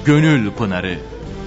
Gönül Pınarı.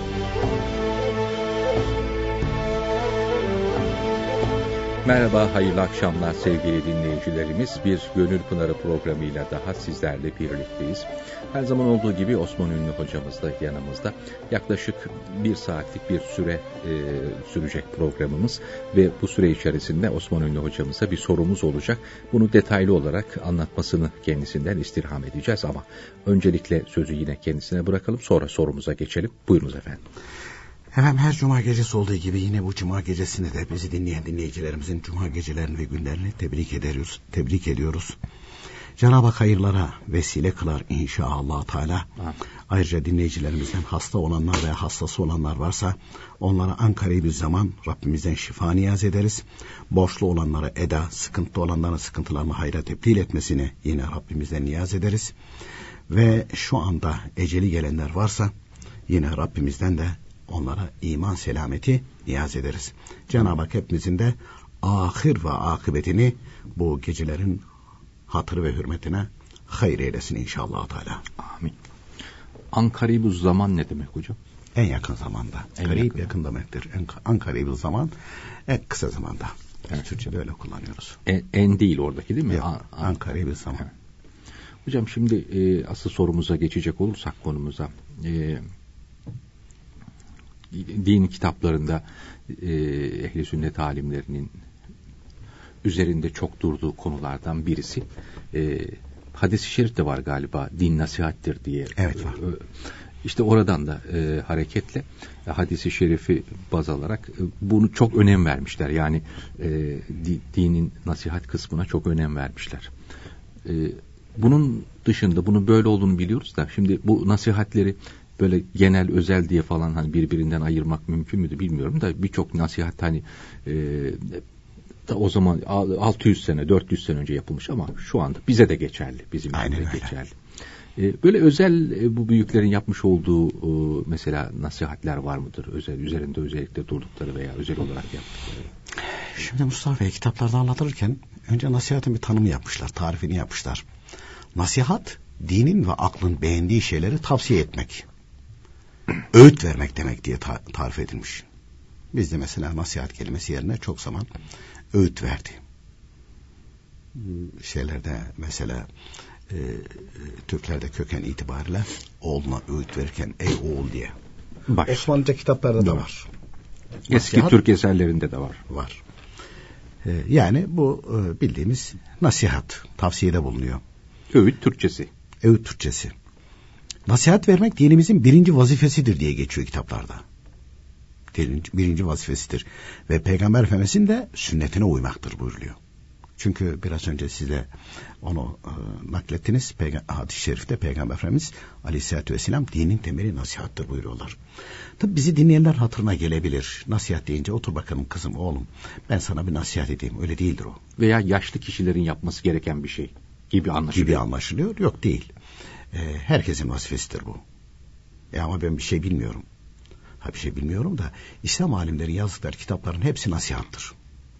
Merhaba, hayırlı akşamlar sevgili dinleyicilerimiz. Bir Gönül Pınarı programıyla daha sizlerle birlikteyiz. Her zaman olduğu gibi Osman Ünlü hocamız da yanımızda. Yaklaşık 1 saatlik bir süre sürecek programımız ve bu süre içerisinde Osman Ünlü hocamıza bir sorumuz olacak. Bunu detaylı olarak anlatmasını kendisinden istirham edeceğiz ama öncelikle sözü yine kendisine bırakalım, sonra sorumuza geçelim. Buyurunuz efendim. Efendim, her cuma gecesi olduğu gibi yine bu cuma gecesinde de bizi dinleyen dinleyicilerimizin cuma gecelerini ve günlerini tebrik ediyoruz. Cenab-ı Hak hayırlara vesile kılar inşallah Teala. Ayrıca dinleyicilerimizden hasta olanlar veya hastası olanlar varsa onlara Ankara'yı bir zaman Rabbimizden şifa niyaz ederiz. Borçlu olanlara eda, sıkıntılı olanların sıkıntılarını hayra tebdil etmesini yine Rabbimizden niyaz ederiz. Ve şu anda eceli gelenler varsa yine Rabbimizden de onlara iman selameti niyaz ederiz. Cenab-ı Hak hepimizin de ahir ve akıbetini bu gecelerin hatırı ve hürmetine hayır eylesin inşallah Teala. Amin. Ankaribü zaman ne demek hocam? En yakın zamanda. Garip yakın demektir. Ankaribü zaman en kısa zamanda. Evet. Türkçe'de öyle kullanıyoruz. En değil oradaki değil mi? Ankaribü zaman. Evet. Hocam şimdi asıl sorumuza geçecek olursak konumuza. Din kitaplarında ehl-i sünnet alimlerinin üzerinde çok durduğu konulardan birisi hadis-i şerif de var galiba, din nasihattir diye. Evet, var. İşte oradan da hareketle hadis-i şerifi baz alarak bunu çok önem vermişler. Yani dinin nasihat kısmına çok önem vermişler. Bunun dışında bunun böyle olduğunu biliyoruz da şimdi bu nasihatleri böyle genel özel diye falan hani birbirinden ayırmak mümkün müdür bilmiyorum da birçok nasihat hani da o zaman 600 sene 400 sene önce yapılmış ama şu anda bize de geçerli, bizim için de geçerli. Böyle özel bu büyüklerin yapmış olduğu mesela nasihatler var mıdır? Üzerinde özellikle durdukları veya özel olarak yaptıkları. Şimdi Mustafa Bey, kitaplarda anlatırken önce nasihatın bir tanımı yapmışlar, tarifini yapmışlar. Nasihat, dinin ve aklın beğendiği şeyleri tavsiye etmek, öğüt vermek demek diye tarif edilmiş. Bizde mesela nasihat kelimesi yerine çok zaman öğüt verdi. Şeylerde mesela Türklerde köken itibariyle oğluna öğüt verirken ey oğul diye. Osmanlıca kitaplarda da var. Eski nasihat, Türk eserlerinde de var. Var. Yani bu bildiğimiz nasihat, tavsiyede bulunuyor. Öğüt Türkçesi. Öğüt Türkçesi. Nasihat vermek dinimizin birinci vazifesidir diye geçiyor kitaplarda. Birinci vazifesidir. Ve Peygamber Efendimiz'in de sünnetine uymaktır buyuruluyor. Çünkü biraz önce size onu naklettiniz. Hadis-i şerifte Peygamber Efendimiz Aleyhisselatü Vesselam dinin temeli nasihattır buyuruyorlar. Tabi bizi dinleyenler hatırına gelebilir. Nasihat deyince otur bakalım kızım, oğlum, ben sana bir nasihat edeyim. Öyle değildir o. Veya yaşlı kişilerin yapması gereken bir şey gibi anlaşılıyor. Yok, değil. Herkesin vazifesidir bu. Ama ben bir şey bilmiyorum. Bir şey bilmiyorum da İslam alimleri yazdıkları kitapların hepsi nasihattır.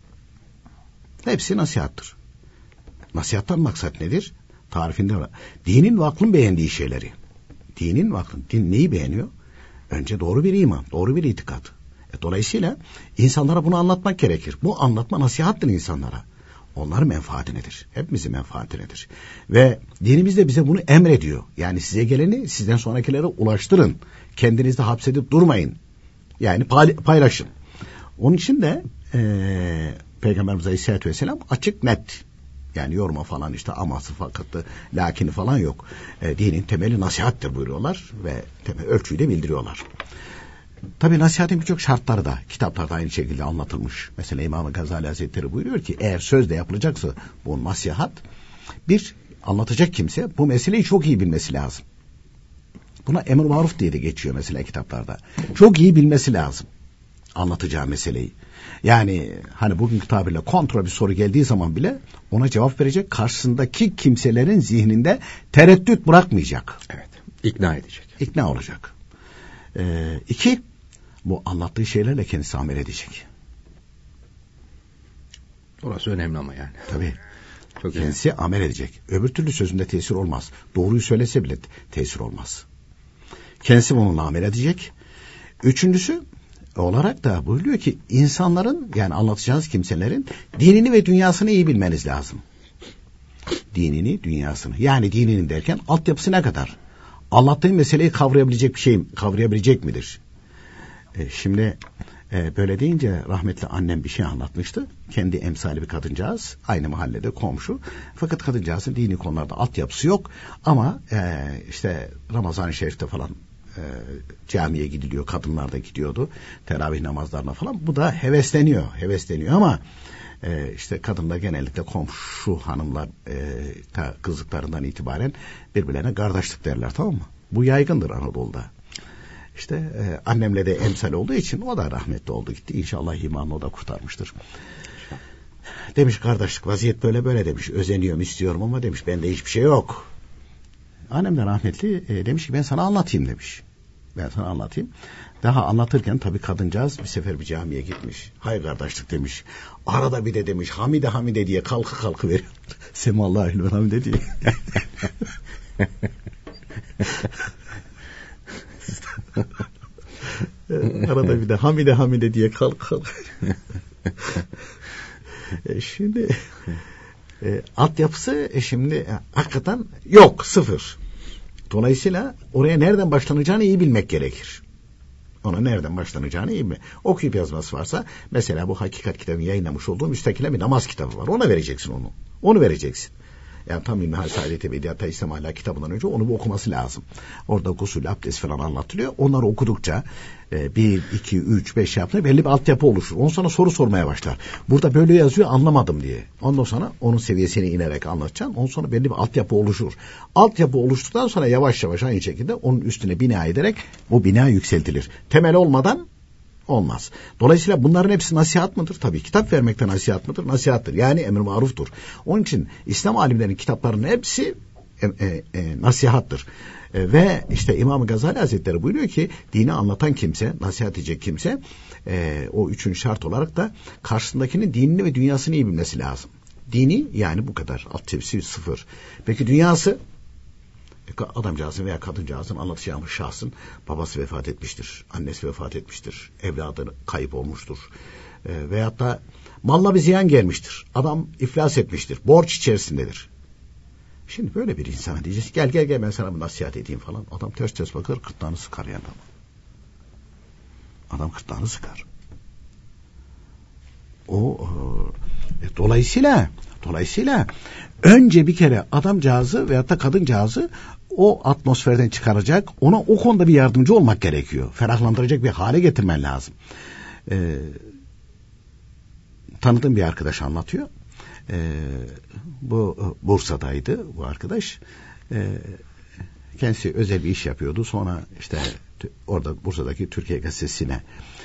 Hepsi nasihattır. Nasihattan maksat nedir? Tarifinde var. Dinin ve aklın beğendiği şeyleri. Dinin ve aklın. Din neyi beğeniyor? Önce doğru bir iman, doğru bir itikat. Dolayısıyla insanlara bunu anlatmak gerekir. Bu anlatma nasihattır insanlara. Onların menfaatinedir. Hepimizin menfaatinedir. Ve dinimiz de bize bunu emrediyor. Yani size geleni sizden sonrakilere ulaştırın. Kendinizde hapsedip durmayın. Yani paylaşın. Onun için de Peygamberimiz Aleyhisselatü Vesselam açık net. Yani yoruma falan işte aması fakatı lakini falan yok. Dinin temeli nasihattır buyuruyorlar ve ölçüyü de bildiriyorlar. Tabii nasihatin birçok şartları da kitaplarda aynı şekilde anlatılmış. Mesela İmam-ı Gazali Hazretleri buyuruyor ki eğer sözle yapılacaksa bu nasihat, bir anlatacak kimse bu meseleyi çok iyi bilmesi lazım. Buna emr maruf diye de geçiyor mesela kitaplarda. Çok iyi bilmesi lazım anlatacağı meseleyi. Yani hani bugünkü tabirle kontrol bir soru geldiği zaman bile ona cevap verecek, karşısındaki kimselerin zihninde tereddüt bırakmayacak. Evet, ikna edecek. İkna olacak. 2, bu anlattığı şeylerle kendisi amel edecek. Orası önemli ama yani. Tabii. Çok kendisi amel edecek. Öbür türlü sözünde tesir olmaz. Doğruyu söylese bile tesir olmaz. Kendisi bununla amel edecek. Üçüncüsü olarak da buyuruyor ki insanların, yani anlatacağınız kimselerin dinini ve dünyasını iyi bilmeniz lazım. Dinini, dünyasını. Yani dinini derken altyapısı ne kadar? Anlattığım meseleyi kavrayabilecek midir? Şimdi böyle deyince rahmetli annem bir şey anlatmıştı. Kendi emsali bir kadıncağız. Aynı mahallede komşu. Fakat kadıncağızın dini konularda altyapısı yok. Ama işte Ramazan-ı Şerif'te falan camiye gidiliyor. Kadınlar da gidiyordu. Teravih namazlarına falan. Bu da hevesleniyor ama işte kadınlar genellikle komşu hanımlar kızlıklarından itibaren birbirlerine kardeşlik derler, tamam mı? Bu yaygındır Anadolu'da. İşte annemle de emsal olduğu için o da rahmetli oldu gitti. İnşallah imanını o da kurtarmıştır. Demiş kardeşlik vaziyet böyle demiş. Özeniyorum, istiyorum ama demiş bende hiçbir şey yok. Annem de rahmetli demiş ki ben sana anlatayım demiş. Ben sana anlatayım. Daha anlatırken tabii kadıncağız bir sefer bir camiye gitmiş. Hay kardeşlik demiş. Arada bir de demiş Hamide diye kalkı veriyor. Semallahü ve Hamide diye. Arada bir de Hamide diye kalk. Şimdi altyapısı şimdi hakikaten yok, sıfır. Dolayısıyla oraya nereden başlanacağını iyi bilmek gerekir. Ona nereden başlanacağını iyi bilmek. Okuyup yazması varsa mesela bu Hakikat kitabını yayınlamış olduğum müstakil bir namaz kitabı var. Ona vereceksin onu. Onu vereceksin. Yani tam İlmihal Saadeti ve İdiyat-ı İslam Ahlak kitabından önce onu bir okuması lazım. Orada gusül, abdest falan anlatılıyor. Onları okudukça 1, 2, 3, 5 yaptığında belli bir altyapı oluşur. Ondan sonra soru sormaya başlar. Burada böyle yazıyor anlamadım diye. Ondan sonra onun seviyesine inerek anlatacaksın. Ondan sonra belli bir altyapı oluşur. Altyapı oluştuktan sonra yavaş yavaş aynı şekilde onun üstüne bina ederek bu bina yükseltilir. Temel olmadan olmaz. Dolayısıyla bunların hepsi nasihat mıdır? Tabii kitap vermekte nasihat mıdır? Nasihattır. Yani emr-i maruftur. Onun için İslam alimlerinin kitaplarının hepsi nasihattır. Ve işte İmam-ı Gazali Hazretleri buyuruyor ki dini anlatan kimse, nasihat edecek kimse o üçüncü şart olarak da karşısındakinin dinini ve dünyasını iyi bilmesi lazım. Dini yani bu kadar. Altyapısı sıfır. Peki dünyası? Adamcağızın veya kadıncağızın anlatacağımız şahsın babası vefat etmiştir. Annesi vefat etmiştir. Evladı kayıp olmuştur. Veyahut da malla bir ziyan gelmiştir. Adam iflas etmiştir. Borç içerisindedir. Şimdi böyle bir insana diyeceğiz. Gel ben sana bir nasihat edeyim falan. Adam ters bakar, gırtlağını sıkar yani. Adam gırtlağını sıkar. Dolayısıyla önce bir kere adamcağızı veyahut da kadıncağızı o atmosferden çıkaracak, ona o konuda bir yardımcı olmak gerekiyor. Ferahlandıracak bir hale getirmen lazım. Tanıdığım bir arkadaş anlatıyor. Bu Bursa'daydı bu arkadaş. Kendisi özel bir iş yapıyordu. Sonra işte orada Bursa'daki Türkiye Gazetesi'ne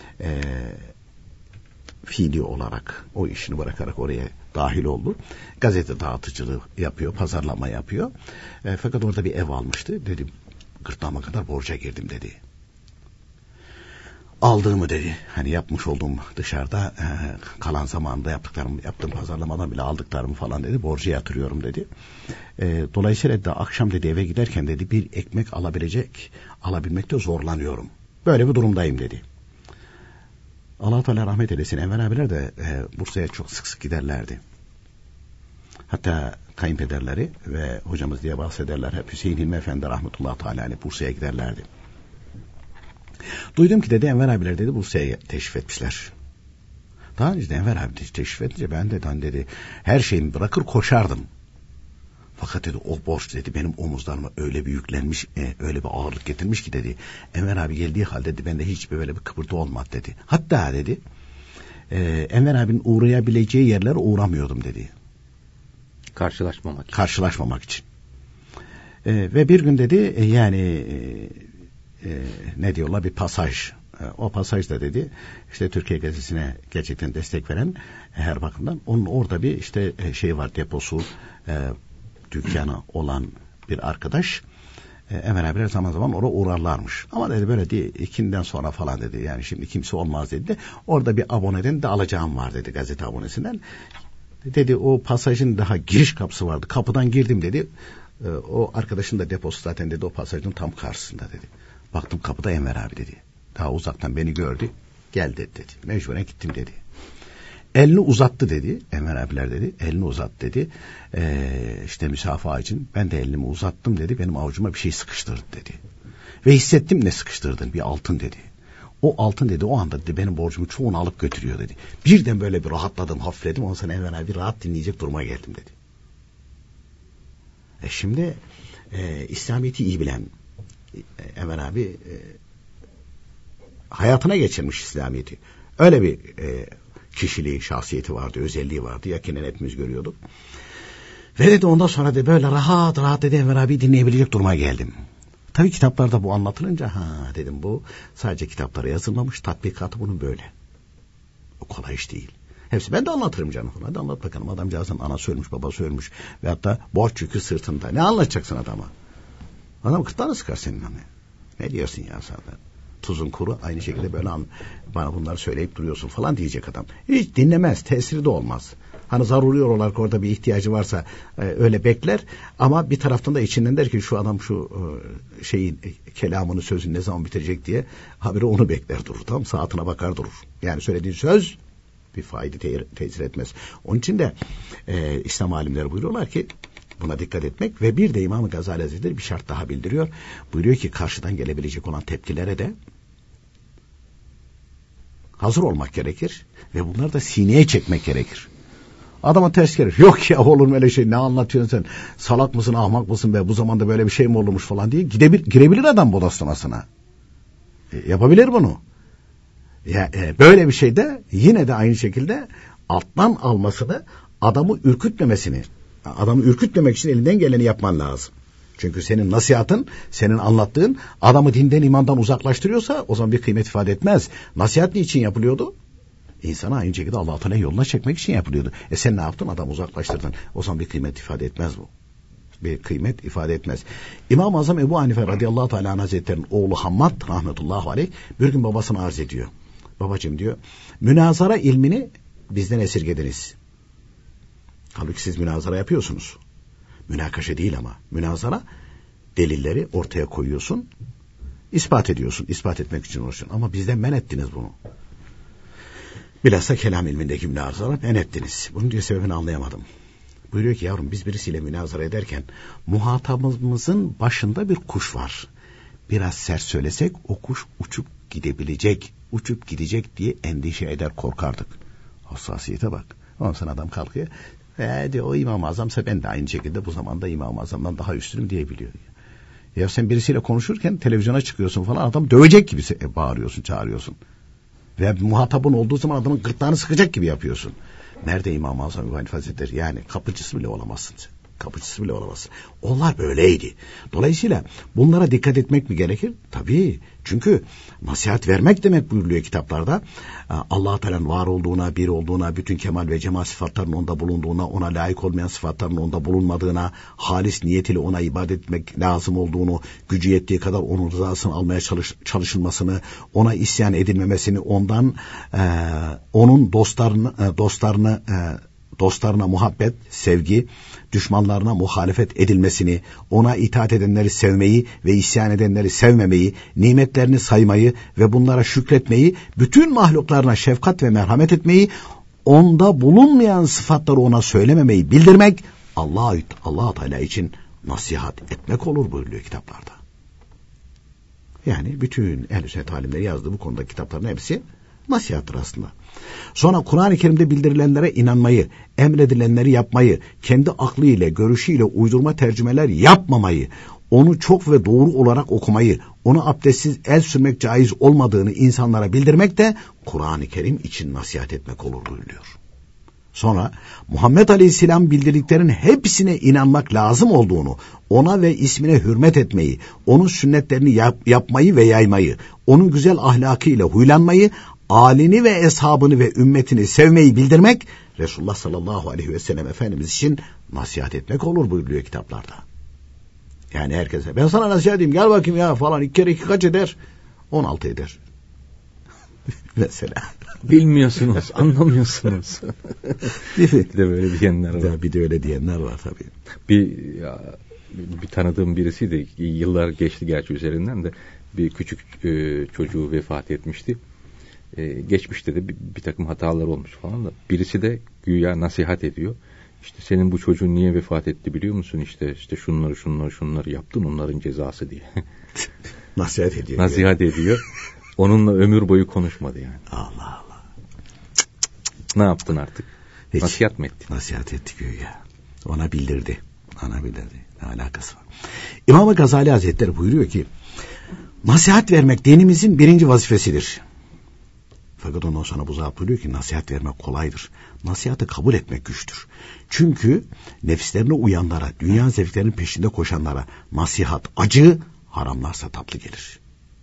fiili olarak o işini bırakarak oraya dahil oldu. Gazete dağıtıcılığı yapıyor, pazarlama yapıyor. Fakat orada bir ev almıştı. Dedim gırtlağıma kadar borca girdim dedi. Aldığımı dedi, hani yapmış olduğum dışarıda kalan zamanında yaptığım pazarlamadan bile aldıklarımı falan dedi, borcu yatırıyorum dedi. Dolayısıyla da akşam dedi eve giderken dedi bir ekmek alabilmekte zorlanıyorum. Böyle bir durumdayım dedi. Allah Teala rahmet eylesin. Enver abiler de Bursa'ya çok sık giderlerdi. Hatta kayınpederleri ve hocamız diye bahsederler. Hep Hüseyin Hilmi Efendi rahmetullahi teala Bursa'ya giderlerdi. Duydum ki dedi Enver abiler dedi Bursa'ya teşrif etmişler. Daha önce de Enver abi teşrif edince ben de dedi her şeyimi bırakır koşardım. Fakat dedi o borç dedi benim omuzlarıma öyle bir yüklenmiş, öyle bir ağırlık getirmiş ki dedi. Enver abi geldiği halde dedi bende hiç böyle bir kıpırtı olmadı dedi. Hatta dedi Enver abinin uğrayabileceği yerlere uğramıyordum dedi. Karşılaşmamak için. Ve bir gün dedi yani ne diyorlar bir pasaj. O pasajda dedi işte Türkiye Gazetesi'ne gerçekten destek veren her bakımdan onun orada bir işte şey var deposu dükkanı olan bir arkadaş Enver abiler zaman zaman oraya uğrarlarmış. Ama dedi böyle değil, ikinden sonra falan dedi. Yani şimdi kimse olmaz dedi de orada bir aboneden de alacağım var dedi gazete abonesinden. Dedi o pasajın daha giriş kapısı vardı. Kapıdan girdim dedi. O arkadaşın da deposu zaten dedi o pasajın tam karşısında dedi. Baktım kapıda Enver abi dedi. Daha uzaktan beni gördü. Gel dedi. Mecburen gittim dedi. Elini uzattı dedi. Enver abiler dedi. Elini uzat dedi. İşte müsafaha için. Ben de elimi uzattım dedi. Benim avucuma bir şey sıkıştırdı dedi. Ve hissettim ne sıkıştırdın. Bir altın dedi. O altın dedi o anda dedi benim borcumu çoğunu alıp götürüyor dedi. Birden böyle bir rahatladım, hafifledim. Ondan sonra Enver abi rahat dinleyecek duruma geldim dedi. Şimdi İslamiyet'i iyi bilen Enver abi hayatına geçirmiş İslamiyet'i. Öyle bir kişiliği, şahsiyeti vardı, özelliği vardı. Yakinen hepimiz görüyorduk. Ve dedi ondan sonra da böyle rahat dedi Enver abi dinleyebilecek duruma geldim. Tabii kitaplarda bu anlatılınca dedim bu sadece kitaplara yazılmamış, tatbikatı bunun böyle. O kolay iş değil. Hepsi ben de anlatırım canım. Hadi anlat bakalım. Adamcağızın anası ölmüş, babası ölmüş. Veyahut da borç yükü sırtında. Ne anlatacaksın adama? Adam kırtlarını sıkar senin hani. Ne diyorsun ya zaten? Tuzun kuru aynı şekilde böyle bana bunları söyleyip duruyorsun falan diyecek adam. Hiç dinlemez, tesiri de olmaz. Hani zaruri olarak orada bir ihtiyacı varsa öyle bekler ama bir taraftan da içinden der ki şu adam şu şeyin kelamını sözünü ne zaman bitirecek diye haberi onu bekler durur. Tamam, saatine bakar durur. Yani söylediğin söz bir fayda tesir etmez. Onun için de İslam alimleri buyuruyorlar ki buna dikkat etmek ve bir de İmam-ı Gazali Hazretleri bir şart daha bildiriyor. Buyuruyor ki karşıdan gelebilecek olan tepkilere de hazır olmak gerekir ve bunları da sineye çekmek gerekir. Adama ters gelir. Yok ya olur mu öyle şey, ne anlatıyorsun sen? Salak mısın, ahmak mısın be, bu zamanda böyle bir şey mi olurmuş falan diye girebilir adam bodoslamasına. Yapabilir bunu. Böyle bir şeyde yine de aynı şekilde alttan almasını, adamı ürkütmemek için elinden geleni yapman lazım. Çünkü senin nasihatın, senin anlattığın adamı dinden imandan uzaklaştırıyorsa o zaman bir kıymet ifade etmez. Nasihat niçin yapılıyordu? İnsana aynı şekilde Allah-u Teala yoluna çekmek için yapılıyordu. Sen ne yaptın? Adamı uzaklaştırdın. O zaman bir kıymet ifade etmez bu. Bir kıymet ifade etmez. İmam-ı Azam Ebu Hanife radıyallahu teala hazretlerinin oğlu Hammad rahmetullahi aleyh bir gün babasına arz ediyor. Babacığım diyor, münazara ilmini bizden esirgediniz. Halbuki siz münazara yapıyorsunuz. Münakaşa değil ama. Münazara delilleri ortaya koyuyorsun, ispat ediyorsun, ispat etmek için uğraşıyorsun. Ama bizden men ettiniz bunu. Bilhassa kelam ilmindeki münazara men ettiniz. Bunun diyor sebebini anlayamadım. Buyuruyor ki yavrum biz birisiyle münazara ederken muhatabımızın başında bir kuş var. Biraz sert söylesek o kuş uçup gidecek diye endişe eder, korkardık. Hassasiyete bak. Ondan sonra adam kalkıyor. Diyor o İmam-ı Azam'sa ben de aynı şekilde bu zamanda İmam-ı Azam'dan daha üstünüm diyebiliyor. Ya sen birisiyle konuşurken televizyona çıkıyorsun falan, adam dövecek gibi bağırıyorsun, çağırıyorsun. Ve muhatabın olduğu zaman adamın gırtlağını sıkacak gibi yapıyorsun. Nerede İmam-ı Azam Ebu Hanife Hazretleri? Yani kapıcısı bile olamazsın sen. Kapıcısı bile olamazsın. Onlar böyleydi. Dolayısıyla bunlara dikkat etmek mi gerekir? Tabii. Çünkü nasihat vermek demek buyuruluyor kitaplarda. Allah-u Teala'nın var olduğuna, bir olduğuna, bütün kemal ve cemal sıfatlarının onda bulunduğuna, ona layık olmayan sıfatların onda bulunmadığına, halis niyetiyle ona ibadet etmek lazım olduğunu, gücü yettiği kadar onun rızasını almaya çalışılmasını, ona isyan edilmemesini, ondan onun dostlarına muhabbet, sevgi, düşmanlarına muhalefet edilmesini, ona itaat edenleri sevmeyi ve isyan edenleri sevmemeyi, nimetlerini saymayı ve bunlara şükretmeyi, bütün mahluklarına şefkat ve merhamet etmeyi, onda bulunmayan sıfatları ona söylememeyi bildirmek, Allah-u Teala için nasihat etmek olur buyuruyor kitaplarda. Yani bütün ehl-i sünnet alimleri yazdığı bu konuda kitapların hepsi nasihattır aslında. Sonra Kur'an-ı Kerim'de bildirilenlere inanmayı, emredilenleri yapmayı, kendi aklıyla, görüşüyle uydurma tercümeler yapmamayı, onu çok ve doğru olarak okumayı, onu abdestsiz el sürmek caiz olmadığını insanlara bildirmek de Kur'an-ı Kerim için nasihat etmek olur buyuruyor. Sonra Muhammed Aleyhisselam bildirdiklerinin hepsine inanmak lazım olduğunu, ona ve ismine hürmet etmeyi, onun sünnetlerini yapmayı ve yaymayı, onun güzel ahlakıyla huylanmayı, âlini ve eshabını ve ümmetini sevmeyi bildirmek, Resulullah sallallahu aleyhi ve sellem Efendimiz için nasihat etmek olur buyuruyor kitaplarda. Yani herkese ben sana nasihat edeyim gel bakayım ya falan, 2 kere 2 kaç eder? 16 eder. Mesela. Bilmiyorsunuz, anlamıyorsunuz. Değil mi? Bir de böyle diyenler var. Bir de öyle diyenler var tabii. Bir tanıdığım birisi de yıllar geçti gerçi üzerinden de bir küçük çocuğu vefat etmişti. Geçmişte de bir takım hatalar olmuş falan da birisi de güya nasihat ediyor. İşte senin bu çocuğun niye vefat etti biliyor musun? İşte şunları yaptın, onların cezası diye. Nasihat ediyor. Onunla ömür boyu konuşmadı yani. Allah Allah. Ne yaptın artık? Hiç. Nasihat mı ettin? Nasihat etti güya. Ona bildirdi. Ne alakası var? İmam-ı Gazali Hazretleri buyuruyor ki nasihat vermek dinimizin birinci vazifesidir. Fakat ondan sonra bu zat buyuruyor ki nasihat vermek kolaydır. Nasihatı kabul etmek güçtür. Çünkü nefislerine uyanlara, dünya zevklerinin peşinde koşanlara nasihat acı, haramlarsa tatlı gelir.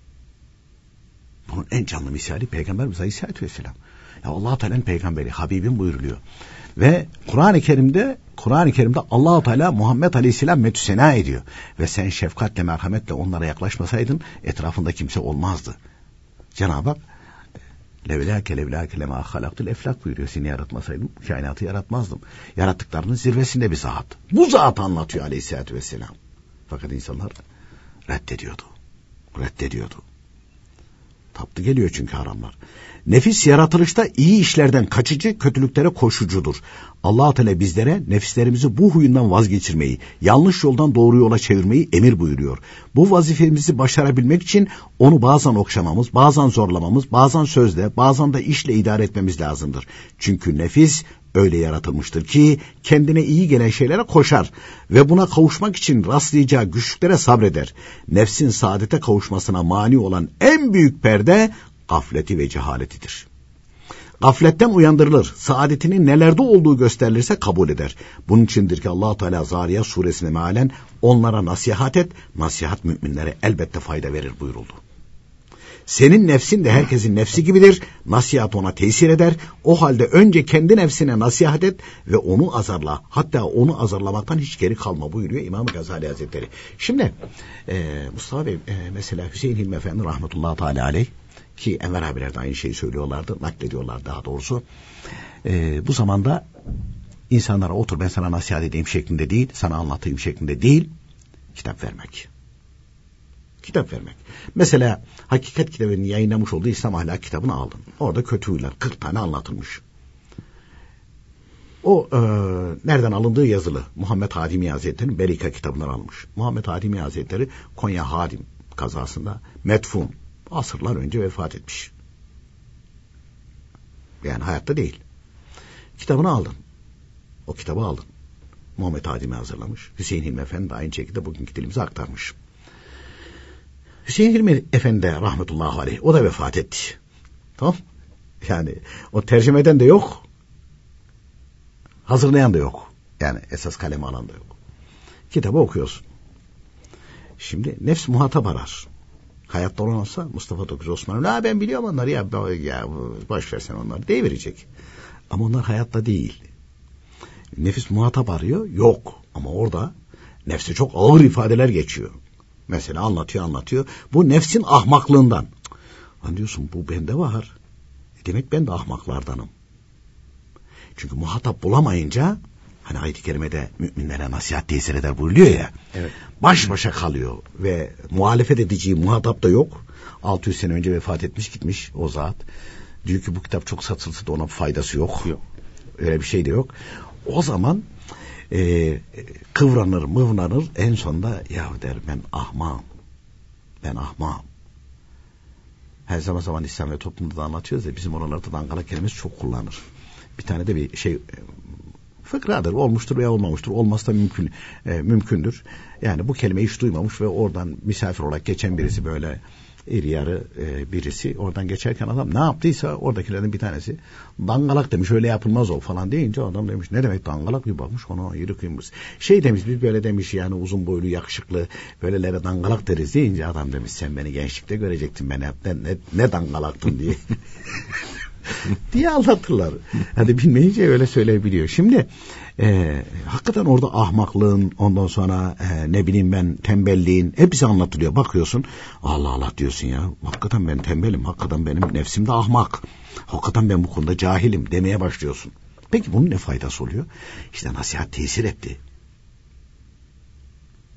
Bunun en canlı misali Peygamberimiz Aleyhisselatü Vesselam. Ya Allah-u Teala'nın peygamberi, Habibim buyuruluyor. Ve Kur'an-ı Kerim'de Allah-u Teala Muhammed Aleyhisselam metüsena ediyor. Ve sen şefkatle, merhametle onlara yaklaşmasaydın etrafında kimse olmazdı. Cenab-ı Hak levlâke lemâ halaktul eflak buyuruyor. Seni yaratmasaydım kainatı yaratmazdım. Yarattıklarının zirvesinde bir zat. Bu zatı anlatıyor Aleyhisselatü Vesselam. Fakat insanlar reddediyordu. Tatlı geliyor çünkü haramlar. Nefis yaratılışta iyi işlerden kaçıcı, kötülüklere koşucudur. Allah-u Teala bizlere nefislerimizi bu huyundan vazgeçirmeyi, yanlış yoldan doğru yola çevirmeyi emir buyuruyor. Bu vazifemizi başarabilmek için onu bazen okşamamız, bazen zorlamamız, bazen sözle, bazen de işle idare etmemiz lazımdır. Çünkü nefis öyle yaratılmıştır ki kendine iyi gelen şeylere koşar ve buna kavuşmak için rastlayacağı güçlüklere sabreder. Nefsin saadete kavuşmasına mani olan en büyük perde gafleti ve cehaletidir. Gafletten uyandırılır, saadetinin nelerde olduğu gösterilirse kabul eder. Bunun içindir ki Allah-u Teala Zariyat suresine mealen onlara nasihat et, nasihat müminlere elbette fayda verir buyuruldu. Senin nefsin de herkesin nefsi gibidir, nasihat ona tesir eder. O halde önce kendi nefsine nasihat et ve onu azarla. Hatta onu azarlamaktan hiç geri kalma buyuruyor İmam-ı Gazali Hazretleri. Şimdi Mustafa Bey, mesela Hüseyin Hilmi Efendi rahmetullahi teala aleyh, ki Enver abiler de aynı şeyi söylüyorlardı, naklediyorlar daha doğrusu. Bu zamanda insanlara otur ben sana nasihat edeyim şeklinde değil, sana anlatayım şeklinde değil, kitap vermek. Mesela Hakikat kitabını yayınlamış olduğu İslam Ahlak kitabını aldın. Orada kötü huylar 40 tane anlatılmış. O nereden alındığı yazılı. Muhammed Hadimi Hazretleri'nin Berika kitabından almış. Muhammed Hadimi Hazretleri Konya Hadim kazasında metfun. Asırlar önce vefat etmiş. Yani hayatta değil. Kitabını aldın. O kitabı aldın. Muhammed Hadimi hazırlamış. Hüseyin Hilmi Efendi de aynı şekilde bugünkü dilimize aktarmış. Hüseyin Hilmi Efendi de rahmetullahi aleyh, o da vefat etti. Tamam. Yani o tercüme eden de yok. Hazırlayan da yok. Yani esas kalemi alan da yok. Kitabı okuyorsun. Şimdi nefs muhatap arar. Hayatta olan olsa Mustafa Dokuz Osman, ben biliyorum onları ya boş versen onları deyiverecek. Ama onlar hayatta değil. Nefis muhatap arıyor, yok. Ama orada nefse çok ağır ifadeler geçiyor. Mesela anlatıyor. Bu nefsin ahmaklığından. Lan diyorsun bu bende var. Demek ben de ahmaklardanım. Çünkü muhatap bulamayınca, hani ayet-i kerimede müminlere nasihat tesir eder buyuruyor ya. Evet. Baş başa kalıyor ve muhalefet edeceği muhatap da yok. 600 sene önce vefat etmiş gitmiş o zat. Diyor ki bu kitap çok satılsa da ona faydası yok. Öyle bir şey de yok. O zaman kıvranır mıvranır, en sonunda ya der ben ahmağım. Her zaman İslam ve toplumda da anlatıyoruz ya, bizim oralarda da Ankara kelimesi çok kullanır. Bir tane de bir şey fıkradır, olmuştur veya olmamıştır, olması da mümkündür. Yani bu kelimeyi hiç duymamış ve oradan misafir olarak geçen birisi, böyle iri yarı birisi, oradan geçerken adam ne yaptıysa oradakilerden bir tanesi dangalak demiş, öyle yapılmaz o falan deyince adam demiş ne demek dangalak, bir bakmış ona yürü kıymış. Şey demiş, biz böyle demiş yani uzun boylu yakışıklı böylelere dangalak deriz deyince adam demiş sen beni gençlikte görecektin, ben ne dangalaktın diye. diye anlatırlar. Hadi bilmeyince öyle söyleyebiliyor. Şimdi hakikaten orada ahmaklığın, ondan sonra ne bileyim ben tembelliğin hepsi anlatılıyor. Bakıyorsun Allah Allah diyorsun ya, hakikaten ben tembelim, hakikaten benim nefsim de ahmak, hakikaten ben bu konuda cahilim demeye başlıyorsun. Peki bunun ne faydası oluyor? İşte nasihat tesir etti.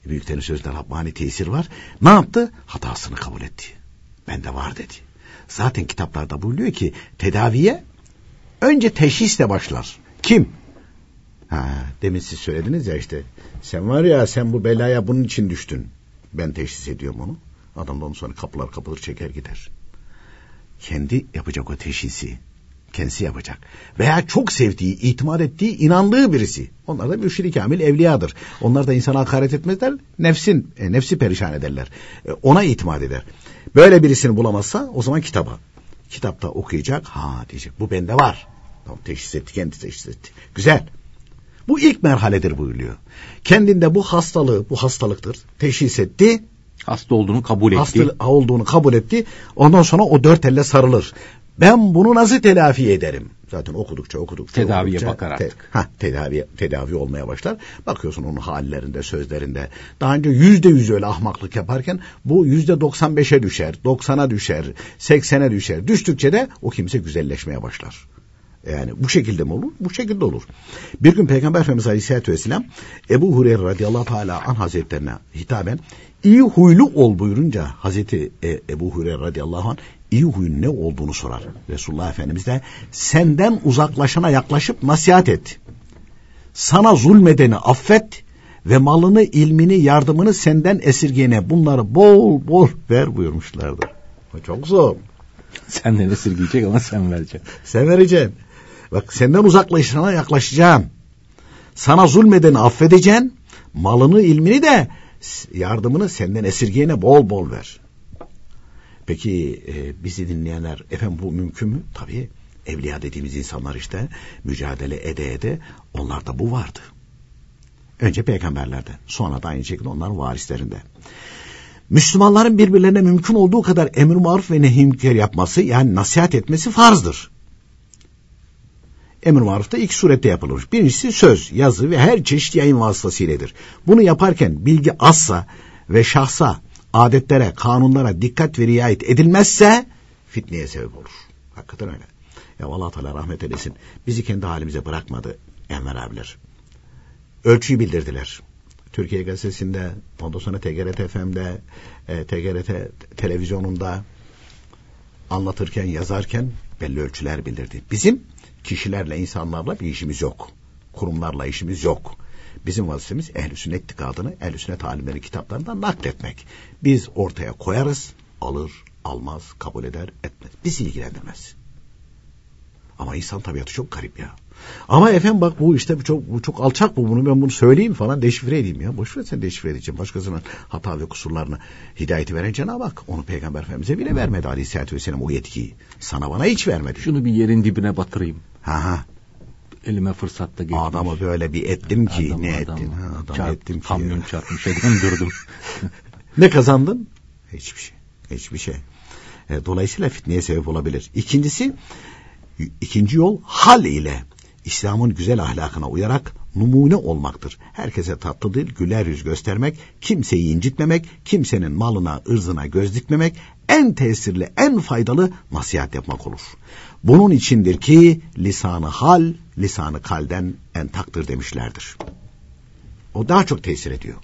Büyüklerin sözünde Rabbani tesir var. Ne yaptı? Hatasını kabul etti. Bende var dedi. Zaten kitaplarda buyuruyor ki tedaviye önce teşhisle başlar. Kim? Demin siz söylediniz ya işte. Sen var ya, sen bu belaya bunun için düştün. Ben teşhis ediyorum onu. Adam da ondan sonra kapılar kapılır çeker gider. Kendi yapacak o teşhisi. Kendisi yapacak. Veya çok sevdiği, itimat ettiği, inandığı birisi. Onlar da mürşid-i kamil evliyadır. Onlar da insana hakaret etmezler. Nefsi perişan ederler. Ona itimat eder. Böyle birisini bulamazsa o zaman kitaba. Kitapta okuyacak. Diyecek. Bu bende var. Tamam, teşhis etti. Kendi teşhis etti. Güzel. Bu ilk merhaledir buyuruyor. Kendinde bu hastalıktır. Teşhis etti. Hasta olduğunu kabul etti. Hasta olduğunu kabul etti. Ondan sonra o dört elle sarılır. Ben bunu nasıl telafi ederim? Zaten okudukça tedaviye bakar artık. Tedavi olmaya başlar. Bakıyorsun onun hallerinde, sözlerinde. Daha önce %100 öyle ahmaklık yaparken bu %95'e düşer, 90'a düşer, 80'e düşer. Düştükçe de o kimse güzelleşmeye başlar. Yani bu şekilde mi olur? Bu şekilde olur. Bir gün Peygamber Efendimiz Aleyhisselatü Vesselam Ebu Hureyre radıyallahu teala anh hazretlerine hitaben iyi huylu ol buyurunca Hazreti Ebu Hureyre radıyallahu anh iyi huyun ne olduğunu sorar. Resulullah Efendimiz de senden uzaklaşana yaklaşıp nasihat et. Sana zulmedeni affet ve malını, ilmini, yardımını senden esirgeyene bunları bol bol ver buyurmuşlardır. Çok zor. Senden esirgeyecek ama sen vereceksin. Sen vereceksin. Bak, senden uzaklaşana yaklaşacaksın. Sana zulmedeni affedeceksin. Malını, ilmini de yardımını senden esirgeyene bol bol ver. Peki bizi dinleyenler, efendim bu mümkün mü? Tabii. Evliya dediğimiz insanlar işte mücadele ede onlarda bu vardı. Önce peygamberlerde, sonra da aynı şekilde onların varislerinde. Müslümanların birbirlerine mümkün olduğu kadar emr-i maruf ve nehy-i münker yapması, yani nasihat etmesi farzdır. Emr-i maruf da iki surette yapılır. Birincisi söz, yazı ve her çeşit yayın vasıtasıyledir. Bunu yaparken bilgi azsa ve şahsa, adetlere, kanunlara dikkat ve riayet edilmezse fitneye sebep olur. Hakikaten öyle. Ya Allah Teala rahmet eylesin. Bizi kendi halimize bırakmadı Enver abiler. Ölçüyü bildirdiler. Türkiye Gazetesi'nde, ondan sonra TGRT FM'de, TGRT televizyonunda anlatırken, yazarken belli ölçüler bildirdi. Bizim kişilerle, insanlarla bir işimiz yok. Kurumlarla işimiz yok. Bizim vazifemiz ehl-i sünnet itikadını, ehl-i sünnet alimleri kitaplarından nakletmek. Biz ortaya koyarız, alır, almaz, kabul eder, etmez. Bizi ilgilendirmez. Ama insan tabiatı çok garip ya. Ama efendim bak bu işte bu çok alçak bu, ben bunu söyleyeyim falan, deşifre edeyim ya. Boş ver, sen deşifre edeceğim. Başkasının hata ve kusurlarını, hidayeti veren Cenab-ı Hak onu Peygamber Efendimiz'e bile vermedi Aleyhisselatü Vesselam o yetkiyi. Sana bana hiç vermedi. Şunu bir yerin dibine batırayım. Ha. Elime fırsat da geçmiş. Adamı böyle bir ettim ki. Adamı ettim ki. Kamyon çarpmışa döndürdüm. Ne kazandın? Hiçbir şey. Dolayısıyla fitneye sebep olabilir. İkinci yol hal ile İslam'ın güzel ahlakına uyarak numune olmaktır. Herkese tatlı dil, güler yüz göstermek, kimseyi incitmemek, kimsenin malına, ırzına göz dikmemek, en tesirli, en faydalı nasihat yapmak olur. Bunun içindir ki lisanı hal, lisanı kalden en taktır demişlerdir. O daha çok tesir ediyor.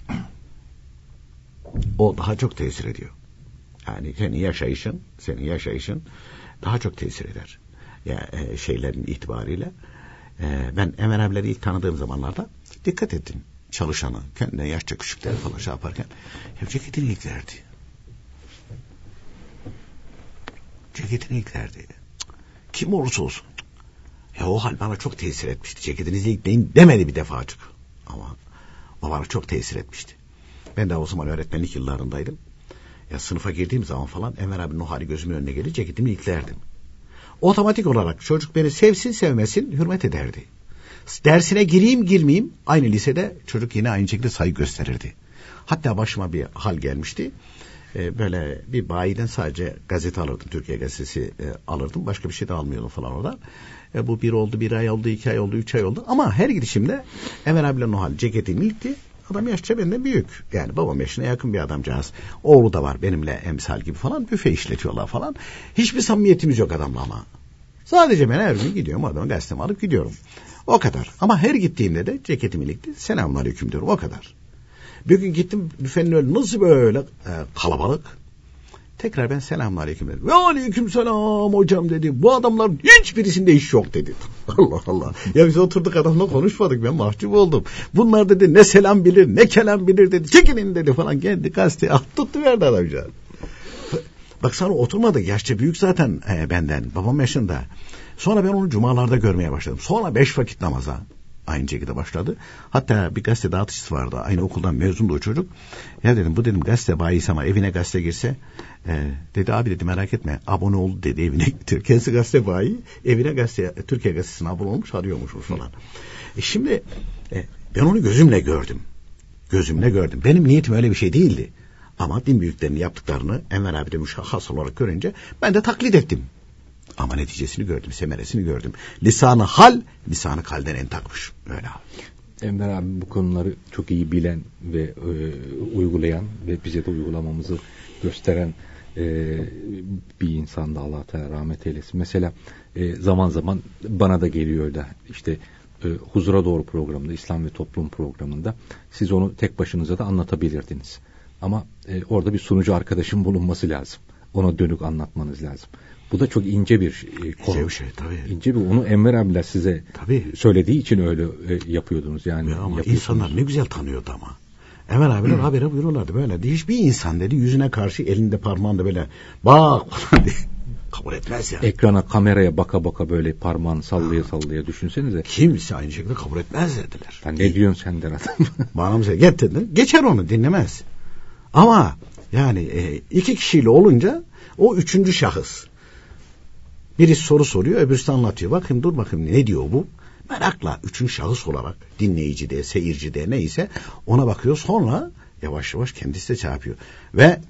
Yani senin yaşayışın daha çok tesir eder. Şeylerin itibariyle. Ben Enver abileri ilk tanıdığım zamanlarda dikkat ettim. Çalışanı, kendine yaşça küçükler falan şey yaparken ceketini ilklerdi. Kim olursa olsun. O hal bana çok tesir etmişti. Ceketinizi ilkleyin demedi bir defacık. Ama o bana çok tesir etmişti. Ben de o zaman öğretmenlik yıllarındaydım. Sınıfa girdiğim zaman falan Enver abinin o hali gözümün önüne gelir, ceketimi ilklerdim. Otomatik olarak çocuk beni sevsin sevmesin hürmet ederdi. Dersine gireyim girmeyeyim aynı lisede çocuk yine aynı şekilde saygı gösterirdi. Hatta başıma bir hal gelmişti. Böyle bir bayiden sadece gazete alırdım. Türkiye Gazetesi alırdım. Başka bir şey de almıyordum falan orada. Bu bir oldu, 1 ay oldu, 2 ay oldu, 3 ay oldu. Ama her gidişimde Enver abilerin o hal ceketini ilkti. Adam yaşça benden büyük. Yani babam yaşına yakın bir adamcağız. Oğlu da var benimle emsal gibi falan. Büfe işletiyorlar falan. Hiçbir samimiyetimiz yok adamla ama. Sadece ben her gün gidiyorum. Adamın gazetemi alıp gidiyorum. O kadar. Ama her gittiğimde de ceketimi ilikti. Selamünaleyküm diyorum. O kadar. Bir gün gittim büfenin önü nasıl böyle kalabalık. Tekrar ben selamünaleyküm dedim. Ve aleykümselam hocam dedi. Bu adamların hiçbirisinde iş yok dedi. Allah Allah. Ya biz oturduk adamla konuşmadık. Ben mahcup oldum. Bunlar dedi ne selam bilir ne kelam bilir dedi. Çekilin dedi falan. Geldi gazeteye tuttu verdi adamcağız. Bak sana oturmadık. Yaşça büyük zaten benden. Babam yaşında. Sonra ben onu cumalarda görmeye başladım. Sonra 5 vakit namaza aynı şekilde başladı. Hatta bir gazete dağıtıcısı vardı. Aynı okuldan mezundu o çocuk. Ya dedim bu dedim gazete bayisi ama evine gazete girse dedi abi dedi merak etme abone oldu dedi evine gitti. Kendisi gazete bayi evine gazete Türkiye Gazetesi'ne abone olmuş arıyormuş falan. Şimdi ben onu gözümle gördüm. Gözümle gördüm. Benim niyetim öyle bir şey değildi. Ama din büyüklerinin yaptıklarını Enver abi de müşahhas olarak görünce ben de taklit ettim. Ama neticesini gördüm, semeresini gördüm. Lisanı hal, lisanı kalden en takmış. Öyle abi. Enver abi bu konuları çok iyi bilen ve uygulayan ve bize de uygulamamızı gösteren bir insan da Allah Teala rahmet eylesin. Mesela zaman zaman bana da geliyor öyle işte Huzura Doğru programında, İslam ve Toplum programında siz onu tek başınıza da anlatabilirdiniz. Ama orada bir sunucu arkadaşın bulunması lazım. Ona dönük anlatmanız lazım. Bu da çok ince bir konu. İnce bir şey tabii. İnce bir onu Enver abiler size tabii söylediği için öyle yapıyordunuz yani. Ya ama insanlar ne güzel tanıyordu ama. Enver abiler habere buyururlardı böyle. Hiçbir insan dedi yüzüne karşı elinde parmağında böyle bak kabul etmez ya. Ekrana kameraya baka baka böyle parmağını sallaya sallaya düşünsenize. Kimse aynı şekilde kabul etmez dediler. Yani ne diyorsun sen der adam. Bana mı getirdin? Geçer onu dinlemez. Ama yani 2 kişiyle olunca o 3. şahıs. Birisi soru soruyor, öbürüsü de anlatıyor. Bakın dur bakayım ne diyor bu? Merakla 3. şahıs olarak dinleyici de, seyirci de neyse ona bakıyor. Sonra yavaş yavaş kendisi de şey yapıyor. Ve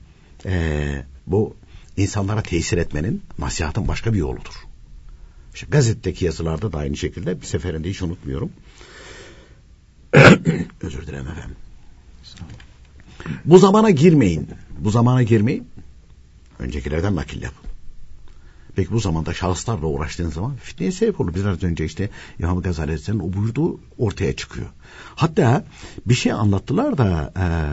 bu insanlara tesir etmenin, nasihatın başka bir yoludur. İşte gazetedeki yazılarda da aynı şekilde bir seferinde hiç unutmuyorum. Özür dilerim efendim. Bu zamana girmeyin. Bu zamana girmeyin. Öncekilerden nakil yapın. Peki bu zamanda şahıslarla uğraştığın zaman fitneye sebep olur. Biraz önce işte İmam Gazali Hazretleri'nin o buyurduğu ortaya çıkıyor. Hatta bir şey anlattılar da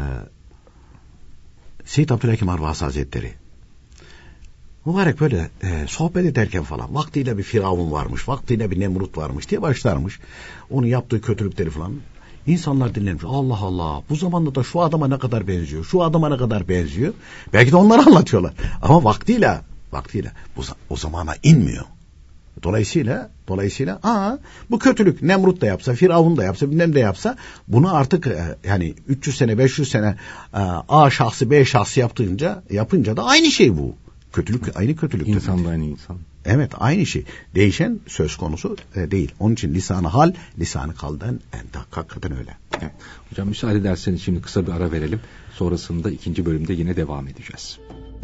Seyyid Abdülhakim Arvasi Hazretleri mübarek böyle sohbet ederken falan vaktiyle bir Firavun varmış, vaktiyle bir Nemrut varmış diye başlarmış. Onun yaptığı kötülükleri falan. İnsanlar dinlemiş. Allah Allah bu zamanda da şu adama ne kadar benziyor, şu adama ne kadar benziyor. Belki de onları anlatıyorlar. Ama vaktiyle o zamana inmiyor. Dolayısıyla bu kötülük Nemrut da yapsa, Firavun da yapsa, bilmem de yapsa bunu artık yani 300 sene 500 sene A şahsı B şahsı yapınca da aynı şey bu. Kötülük aynı kötülük. İnsan da aynı insan. Evet aynı şey. Değişen söz konusu değil. Onun için lisanı hal, lisanı kalden hakikaten öyle. Evet. Hocam müsaade ederseniz şimdi kısa bir ara verelim. Sonrasında 2. bölümde yine devam edeceğiz.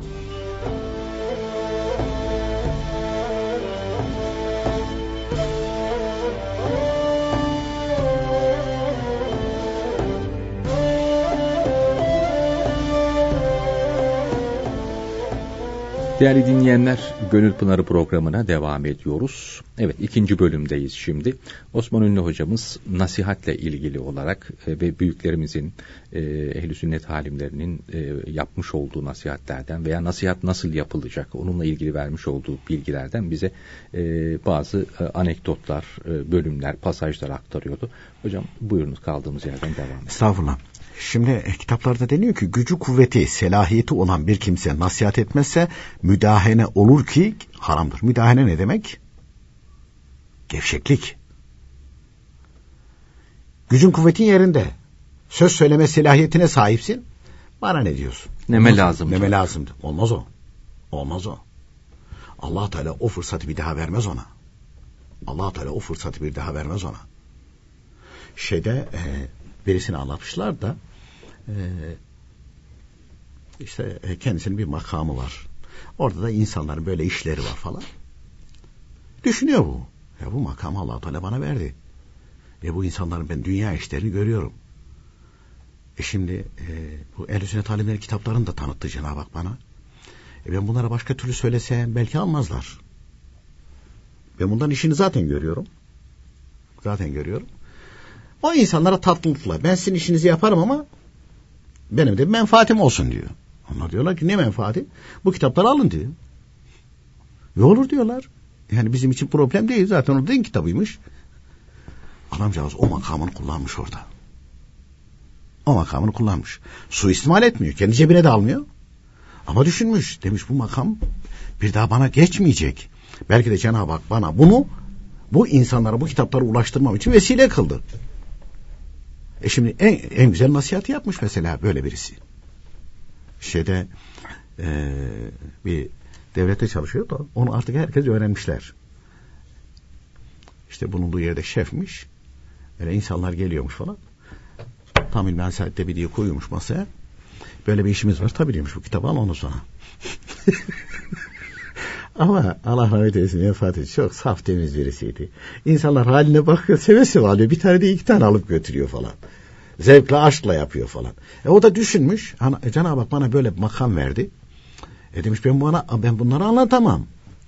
Değerli dinleyenler, Gönül Pınarı programına devam ediyoruz. Evet, 2. bölümdeyiz şimdi. Osman Ünlü hocamız nasihatle ilgili olarak ve büyüklerimizin, ehl-i sünnet alimlerinin yapmış olduğu nasihatlerden veya nasihat nasıl yapılacak onunla ilgili vermiş olduğu bilgilerden bize bazı anekdotlar, bölümler, pasajlar aktarıyordu. Hocam buyurunuz kaldığımız yerden devam edelim. Estağfurullah. Şimdi kitaplarda deniyor ki gücü kuvveti selahiyeti olan bir kimse nasihat etmezse müdahene olur ki haramdır. Müdahane ne demek? Gevşeklik. Gücün kuvvetin yerinde. Söz söyleme selahiyetine sahipsin. Bana ne diyorsun? Neme lazım. Neme lazımdı. Olmaz o. Olmaz o. Allah Teala o fırsatı bir daha vermez ona. Allah Teala o fırsatı bir daha vermez ona. Birisini anlatmışlar da işte kendisinin bir makamı var. Orada da insanların böyle işleri var falan. Düşünüyor bu. Ya bu makamı Allah Teala bana verdi. Ve bu insanların ben dünya işlerini görüyorum. Şimdi bu ehl-i sünnet alimleri kitaplarını da tanıttı Cenab-ı Hak bana. Ben bunlara başka türlü söylesem belki almazlar. Ben bundan işini zaten görüyorum. O insanlara tatlılıkla ben sizin işinizi yaparım ama benim de menfaatim olsun diyor. Onlar diyorlar ki ne menfaati? Bu kitapları alın diyor. Ne olur diyorlar. Yani bizim için problem değil, zaten o din kitabıymış. Adamcağız o makamını kullanmış orada. O makamını kullanmış. Suistimal etmiyor. Kendi cebine de almıyor. Ama düşünmüş. Demiş bu makam bir daha bana geçmeyecek. Belki de Cenab-ı Hak bana bunu, bu insanlara bu kitapları ulaştırmam için vesile kıldı. Şimdi en güzel nasihatı yapmış mesela böyle birisi. Bir devlette çalışıyor da onu artık herkes öğrenmişler. İşte bulunduğu yerde şefmiş. Böyle insanlar geliyormuş falan. Tam ilmi nasihatte bir diye koyuyormuş masaya. Böyle bir işimiz var. Tabii diyormuş, bu kitabı al onu sonra. Ama Allah rahmet eylesin, vefat etti. Çok saf temiz birisiydi. İnsanlar haline bakıyor, seve seve alıyor. Bir tane de 2 tane alıp götürüyor falan. Zevkle, aşkla yapıyor falan. O da düşünmüş. Cenab-ı Hak bana böyle bir makam verdi. Demiş ben bunları anlatamam.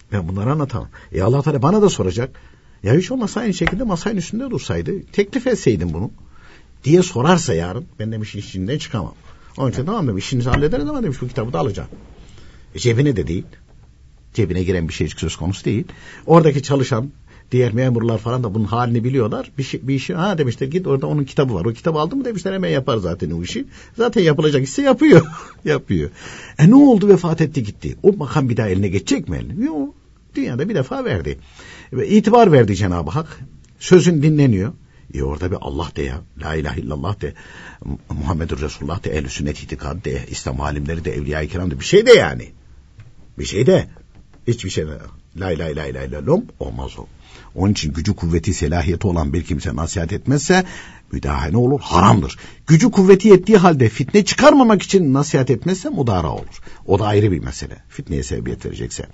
Allah Teala bana da soracak. Ya hiç olmazsa aynı şekilde masanın üstünde dursaydı, teklif etseydim bunu diye sorarsa yarın, ben demiş işinden çıkamam. Onun için tamam demiş, işinizi hallederiz ama demiş bu kitabı da alacağım. Cebine de değil. Cebine giren bir şey söz konusu değil. Oradaki çalışan diğer memurlar falan da bunun halini biliyorlar. Bir işi demişler, git orada onun kitabı var. O kitabı aldın mı demişler, hemen yapar zaten o işi. Zaten yapılacak ise yapıyor. Yapıyor. Ne oldu, vefat etti gitti. O makam bir daha eline geçecek mi eline? Yok. Dünyada bir defa verdi. Ve itibar verdi Cenab-ı Hak. Sözün dinleniyor. Orada bir Allah de ya. La ilahe illallah de. Muhammedur Resulullah de. Ehl-i sünnet itikad de. İslam alimleri de. Evliya-i kiram de. Bir şey de yani. Bir şey de. Hiçbir şey de. La ilahe illallah olmaz o. Onun için gücü kuvveti selahiyeti olan bir kimse nasihat etmezse müdahale olur, haramdır. Gücü kuvveti yettiği halde fitne çıkarmamak için nasihat etmezse mudara olur. O da ayrı bir mesele. Fitneye sebebiyet verecekse.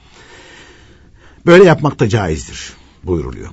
Böyle yapmak da caizdir buyuruluyor.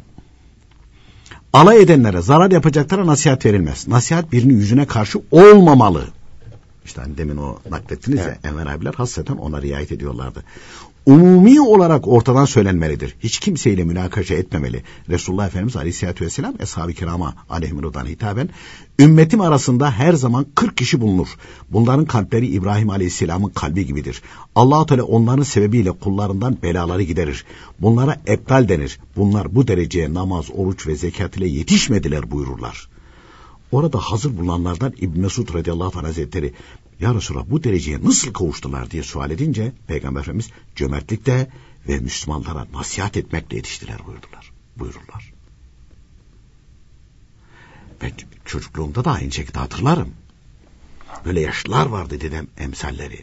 Alay edenlere, zarar yapacaklara nasihat verilmez. Nasihat birinin yüzüne karşı olmamalı. İşte hani demin o naklettiniz ya, Enver abiler hasreten ona riayet ediyorlardı. Umumi olarak ortadan söylenmelidir. Hiç kimseyle münakaşa etmemeli. Resulullah Efendimiz Aleyhisselatü Vesselam Eshab-ı Kiram'a aleyhimurdan hitaben, ümmetim arasında her zaman 40 kişi bulunur. Bunların kalpleri İbrahim Aleyhisselam'ın kalbi gibidir. Allah-u Teala onların sebebiyle kullarından belaları giderir. Bunlara ebtal denir. Bunlar bu dereceye namaz, oruç ve zekat ile yetişmediler buyururlar. Orada hazır bulunanlardan İbn Mesud radıyallahu anh hazretleri, ya Resulallah bu dereceye nasıl kavuştular diye sual edince Peygamber Efendimiz cömertlikle ve Müslümanlara nasihat etmekle yetiştiler buyururlar. Ben çocukluğumda da aynı şekilde hatırlarım. Böyle yaşlılar vardı dedem emsalleri.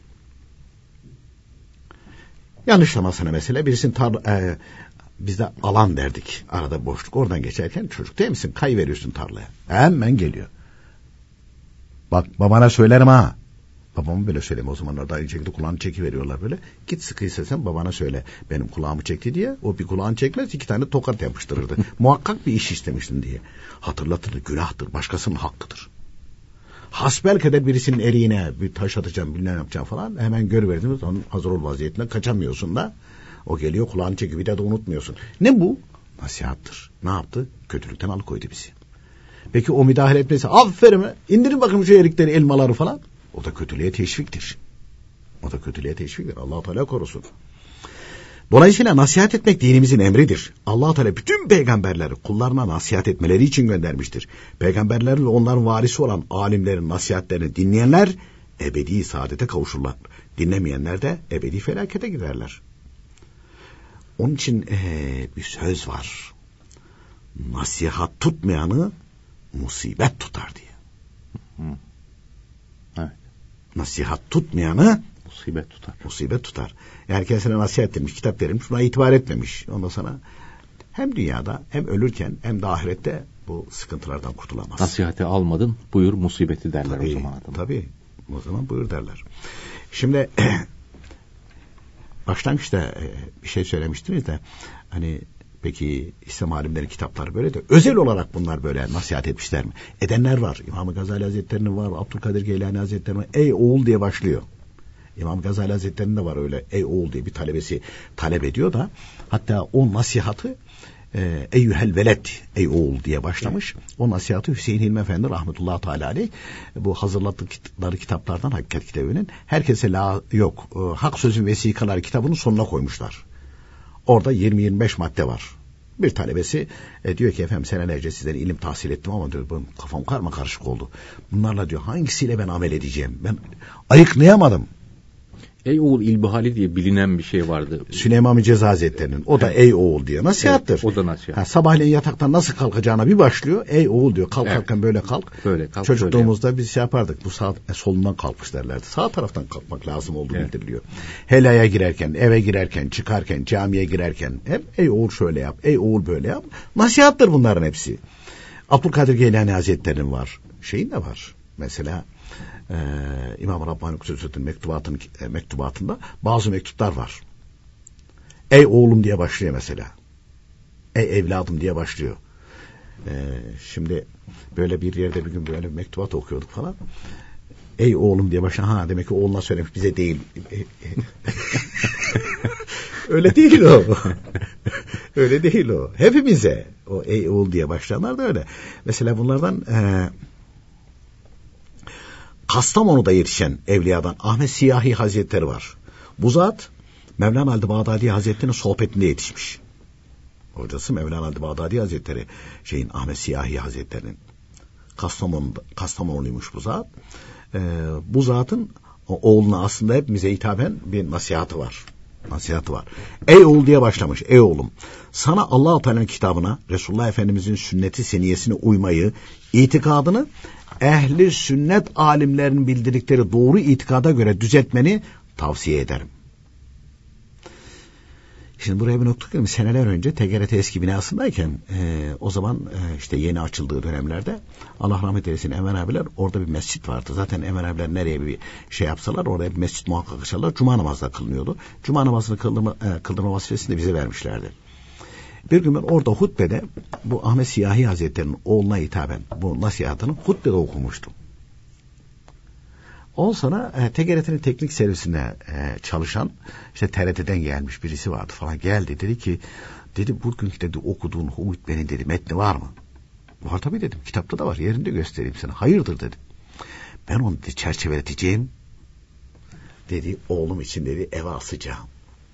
Yanlışlamasına mesela birisinin biz de alan derdik. Arada boşluk. Oradan geçerken çocuk değil misin? Kayıveriyorsun tarlaya. Hemen geliyor. Bak babana söylerim ha. Babamı böyle söyleme. O zamanlarda aynı şekilde kulağını çekiveriyorlar böyle. Git sıkıysa sen babana söyle. Benim kulağımı çekti diye. O bir kulağını çekmez 2 tane tokat yapıştırırdı. Muhakkak bir iş istemiştin diye. Hatırlatır, günahtır. Başkasının hakkıdır. Hasbelkader birisinin eriğine bir taş atacağım, bilmem yapacağım falan. Hemen görüverdiniz. Onun hazır ol vaziyetinden kaçamıyorsun da. O geliyor kulağını çekiyor, bir daha da unutmuyorsun. Ne bu? Nasihattır. Ne yaptı? Kötülükten alıkoydu bizi. Peki o müdahale etmesi, aferin indirin bakın şu erikleri, elmaları falan. O da kötülüğe teşviktir. Allah-u Teala korusun. Dolayısıyla nasihat etmek dinimizin emridir. Allah-u Teala bütün peygamberleri kullarına nasihat etmeleri için göndermiştir. Peygamberlerin ve onların varisi olan alimlerin nasihatlerini dinleyenler ebedi saadete kavuşurlar. Dinlemeyenler de ebedi felakete giderler. Onun için bir söz var. Nasihat tutmayanı musibet tutar diye. Evet. Nasihat tutmayanı musibet tutar. Yani kendisine nasihat ettirmiş, kitap verilmiş, buna itibar etmemiş. Ondan sonra hem dünyada hem ölürken hem de ahirette bu sıkıntılardan kurtulamaz. Nasihati almadın, buyur musibeti derler tabii, o zaman adamı. Tabii. O zaman buyur derler. Şimdi başlangıçta bir şey söylemiştiniz de hani peki İslam alimlerin kitapları böyle de özel olarak bunlar böyle nasihat etmişler mi? Edenler var. İmam Gazali Hazretleri'nin var, Abdülkadir Geylani Hazretleri'nin var. Ey oğul diye başlıyor. İmam Gazali Hazretleri'nin de var öyle ey oğul diye bir talebesi talep ediyor da hatta o nasihatı Eyyühel veled, ey oğul diye başlamış. O nasihatı Hüseyin Hilmi Efendi rahmetullahi teala aleyh bu hazırladıkları kitaplardan Hakikat kitabının herkese Hak Sözü Vesikaları kitabının sonuna koymuşlar. Orada 20-25 madde var. Bir talebesi diyor ki efendim senelerce sizden ilim tahsil ettim ama diyor kafam karma karışık oldu. Bunlarla diyor hangisiyle ben amel edeceğim? Ben ayıklayamadım. Ey oğul ilbihali diye bilinen bir şey vardı. Süleyman Ceza Hazretleri'nin. O da ey oğul diye nasihattır. Evet, o da nasihat. Sabahleyin yataktan nasıl kalkacağına bir başlıyor. Ey oğul diyor. Kalkarken böyle kalk. Böyle kalk. Çocukluğumuzda biz şey yapardık. Bu sağ solundan kalkmış derlerdi. Sağ taraftan kalkmak lazım olduğu bildiriliyor. Helaya girerken, eve girerken, çıkarken, camiye girerken hep ey oğul şöyle yap, ey oğul böyle yap. Nasihattır bunların hepsi. Abdülkadir Geylani Hazretleri'nin var. Şeyin de var. Mesela İmam-ı Rabbani Kudüs'ün mektubatında bazı mektuplar var. Ey oğlum diye başlıyor mesela. Ey evladım diye başlıyor. Şimdi böyle bir yerde bir gün böyle mektubat okuyorduk falan. Ey oğlum diye başlıyor. Demek ki oğluna söylemiş, bize değil. Öyle değil o. Öyle değil o. Hepimize. O ey oğul diye başlayanlar da öyle. Mesela bunlardan Kastamonu'da yetişen evliyadan Ahmet Siyahi Hazretleri var. Bu zat Mevlana Halid-i Bağdadi Hazretleri'nin sohbetinde yetişmiş. Hocası Mevlana Halid-i Bağdadi Hazretleri Ahmet Siyahi Hazretleri'nin Kastamonuluymuş bu zat. Bu zatın oğluna aslında hepimize hitaben bir nasihatı var. Ey oğul diye başlamış. Ey oğlum, sana Allah-u Teala'nın kitabına, Resulullah Efendimizin sünneti seniyesine uymayı, itikadını ehli sünnet alimlerinin bildirdikleri doğru itikada göre düzeltmeni tavsiye ederim. Şimdi buraya bir nokta koyayım. Seneler önce TGRT eski binasındayken o zaman işte yeni açıldığı dönemlerde Allah rahmet eylesin Enver abiler orada bir mescit vardı. Zaten Enver abiler nereye bir şey yapsalar oraya bir mescit muhakkak açarlar. Cuma namazda kılınıyordu. Cuma namazını kıldırma vazifesini de bize vermişlerdi. Bir gün ben orada hutbede bu Ahmet Siyahi Hazretleri'nin oğluna hitaben bu nasihatını hutbede okumuştum. Ondan sonra TGRT'nin teknik servisine çalışan işte TRT'den gelmiş birisi vardı falan, geldi dedi ki bugünkü dedi okuduğun hutbenin dedi metni var mı? Var tabii dedim, kitapta da var, yerinde göstereyim sana. Hayırdır dedim. Ben onu dedi çerçeveleteceğim dedi, oğlum için dedi eve asacağım.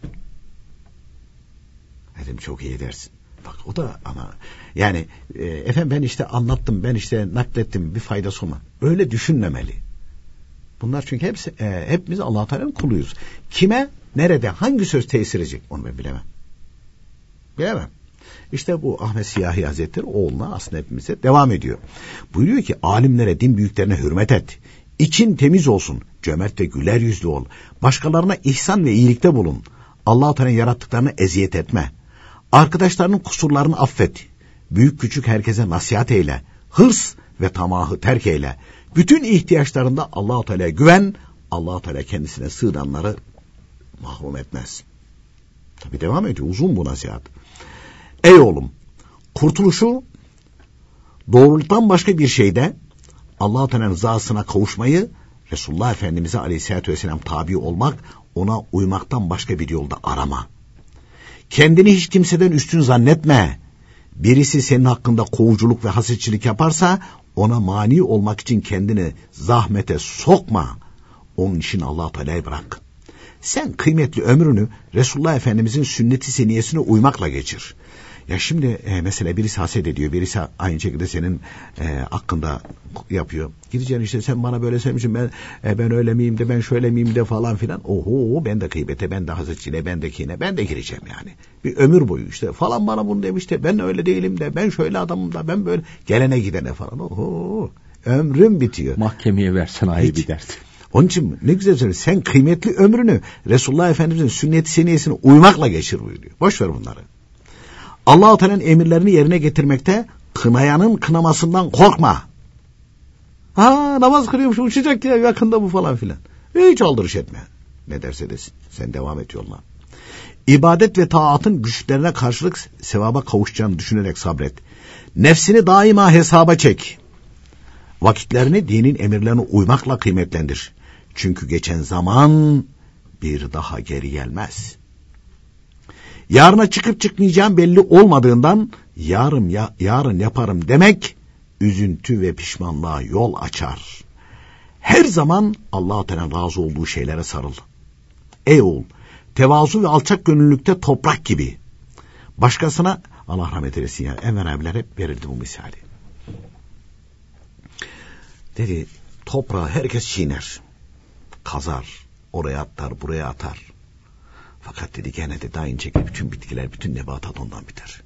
Dedim çok iyi dersin. Bak o da ama yani efendim ben işte anlattım, ben işte naklettim, bir faydası olmaz. Öyle düşünmemeli. Bunlar çünkü hepimiz Allah-u Teala'nın kuluyuz. Kime, nerede, hangi söz tesir edecek onu ben bilemem. Bilemem. İşte bu Ahmet Siyahi Hazretleri oğluna aslında hepimize devam ediyor. Buyuruyor ki alimlere, din büyüklerine hürmet et. İçin temiz olsun. Cömert ve güler yüzlü ol. Başkalarına ihsan ve iyilikte bulun. Allah-u Teala'nın yarattıklarını eziyet etme. Arkadaşlarının kusurlarını affet. Büyük küçük herkese nasihat eyle. Hırs ve tamahı terk eyle. Bütün ihtiyaçlarında Allah-u Teala'ya güven. Allah-u Teala kendisine sığınanları mahrum etmez. Tabi devam ediyor. Uzun bu nasihat. Ey oğlum, kurtuluşu doğruluktan başka bir şeyde Allah-u Teala'nın rızasına kavuşmayı, Resulullah Efendimiz'e aleyhissalatü vesselam tabi olmak, ona uymaktan başka bir yolda arama. Kendini hiç kimseden üstün zannetme. Birisi senin hakkında kovuculuk ve hasetçilik yaparsa ona mani olmak için kendini zahmete sokma. Onun için Allah-u Teala'yı bırak. Sen kıymetli ömrünü Resulullah Efendimizin sünneti seniyesine uymakla geçir. Ya şimdi mesela birisi haset ediyor, birisi aynı şekilde senin hakkında yapıyor. Gideceksin işte sen bana böyle söylemişsin, ben öyle miyim de, ben şöyle miyim de falan filan. Oho, ben de gıybete, ben de hasetçiliğe, ben de kine, ben de gireceğim yani. Bir ömür boyu işte falan bana bunu demişti, ben öyle değilim de, ben şöyle adamım da, ben böyle gelene gidene falan. Oho, ömrüm bitiyor. Mahkemeye versen ayrı bir dert. Onun için ne güzel söylüyor. Sen kıymetli ömrünü Resulullah Efendimiz'in sünnet-i seniyesine uymakla geçir buyuruyor. Boş ver bunları. Allah-u Teala'nın emirlerini yerine getirmekte kınayanın kınamasından korkma. Namaz kılıyormuş, uçacak ya yakında bu falan filan. Hiç aldırış etme. Ne derse desin. Sen devam et yoluna. İbadet ve taatın güçlerine karşılık sevaba kavuşacağını düşünerek sabret. Nefsini daima hesaba çek. Vakitlerini dinin emirlerine uymakla kıymetlendir. Çünkü geçen zaman bir daha geri gelmez. Yarına çıkıp çıkmayacağım belli olmadığından yarın yaparım demek üzüntü ve pişmanlığa yol açar. Her zaman Allah-u Teala'nın razı olduğu şeylere sarıl. Ey oğul, tevazu ve alçak gönüllülükte toprak gibi. Başkasına, Allah rahmet eylesin ya, Enver abiler hep verildi bu misali. Dedi, toprağı herkes çiğner, kazar, oraya atar, buraya atar. Fakat dedi gene de aynı şekilde bütün bitkiler, bütün nebatat ondan biter.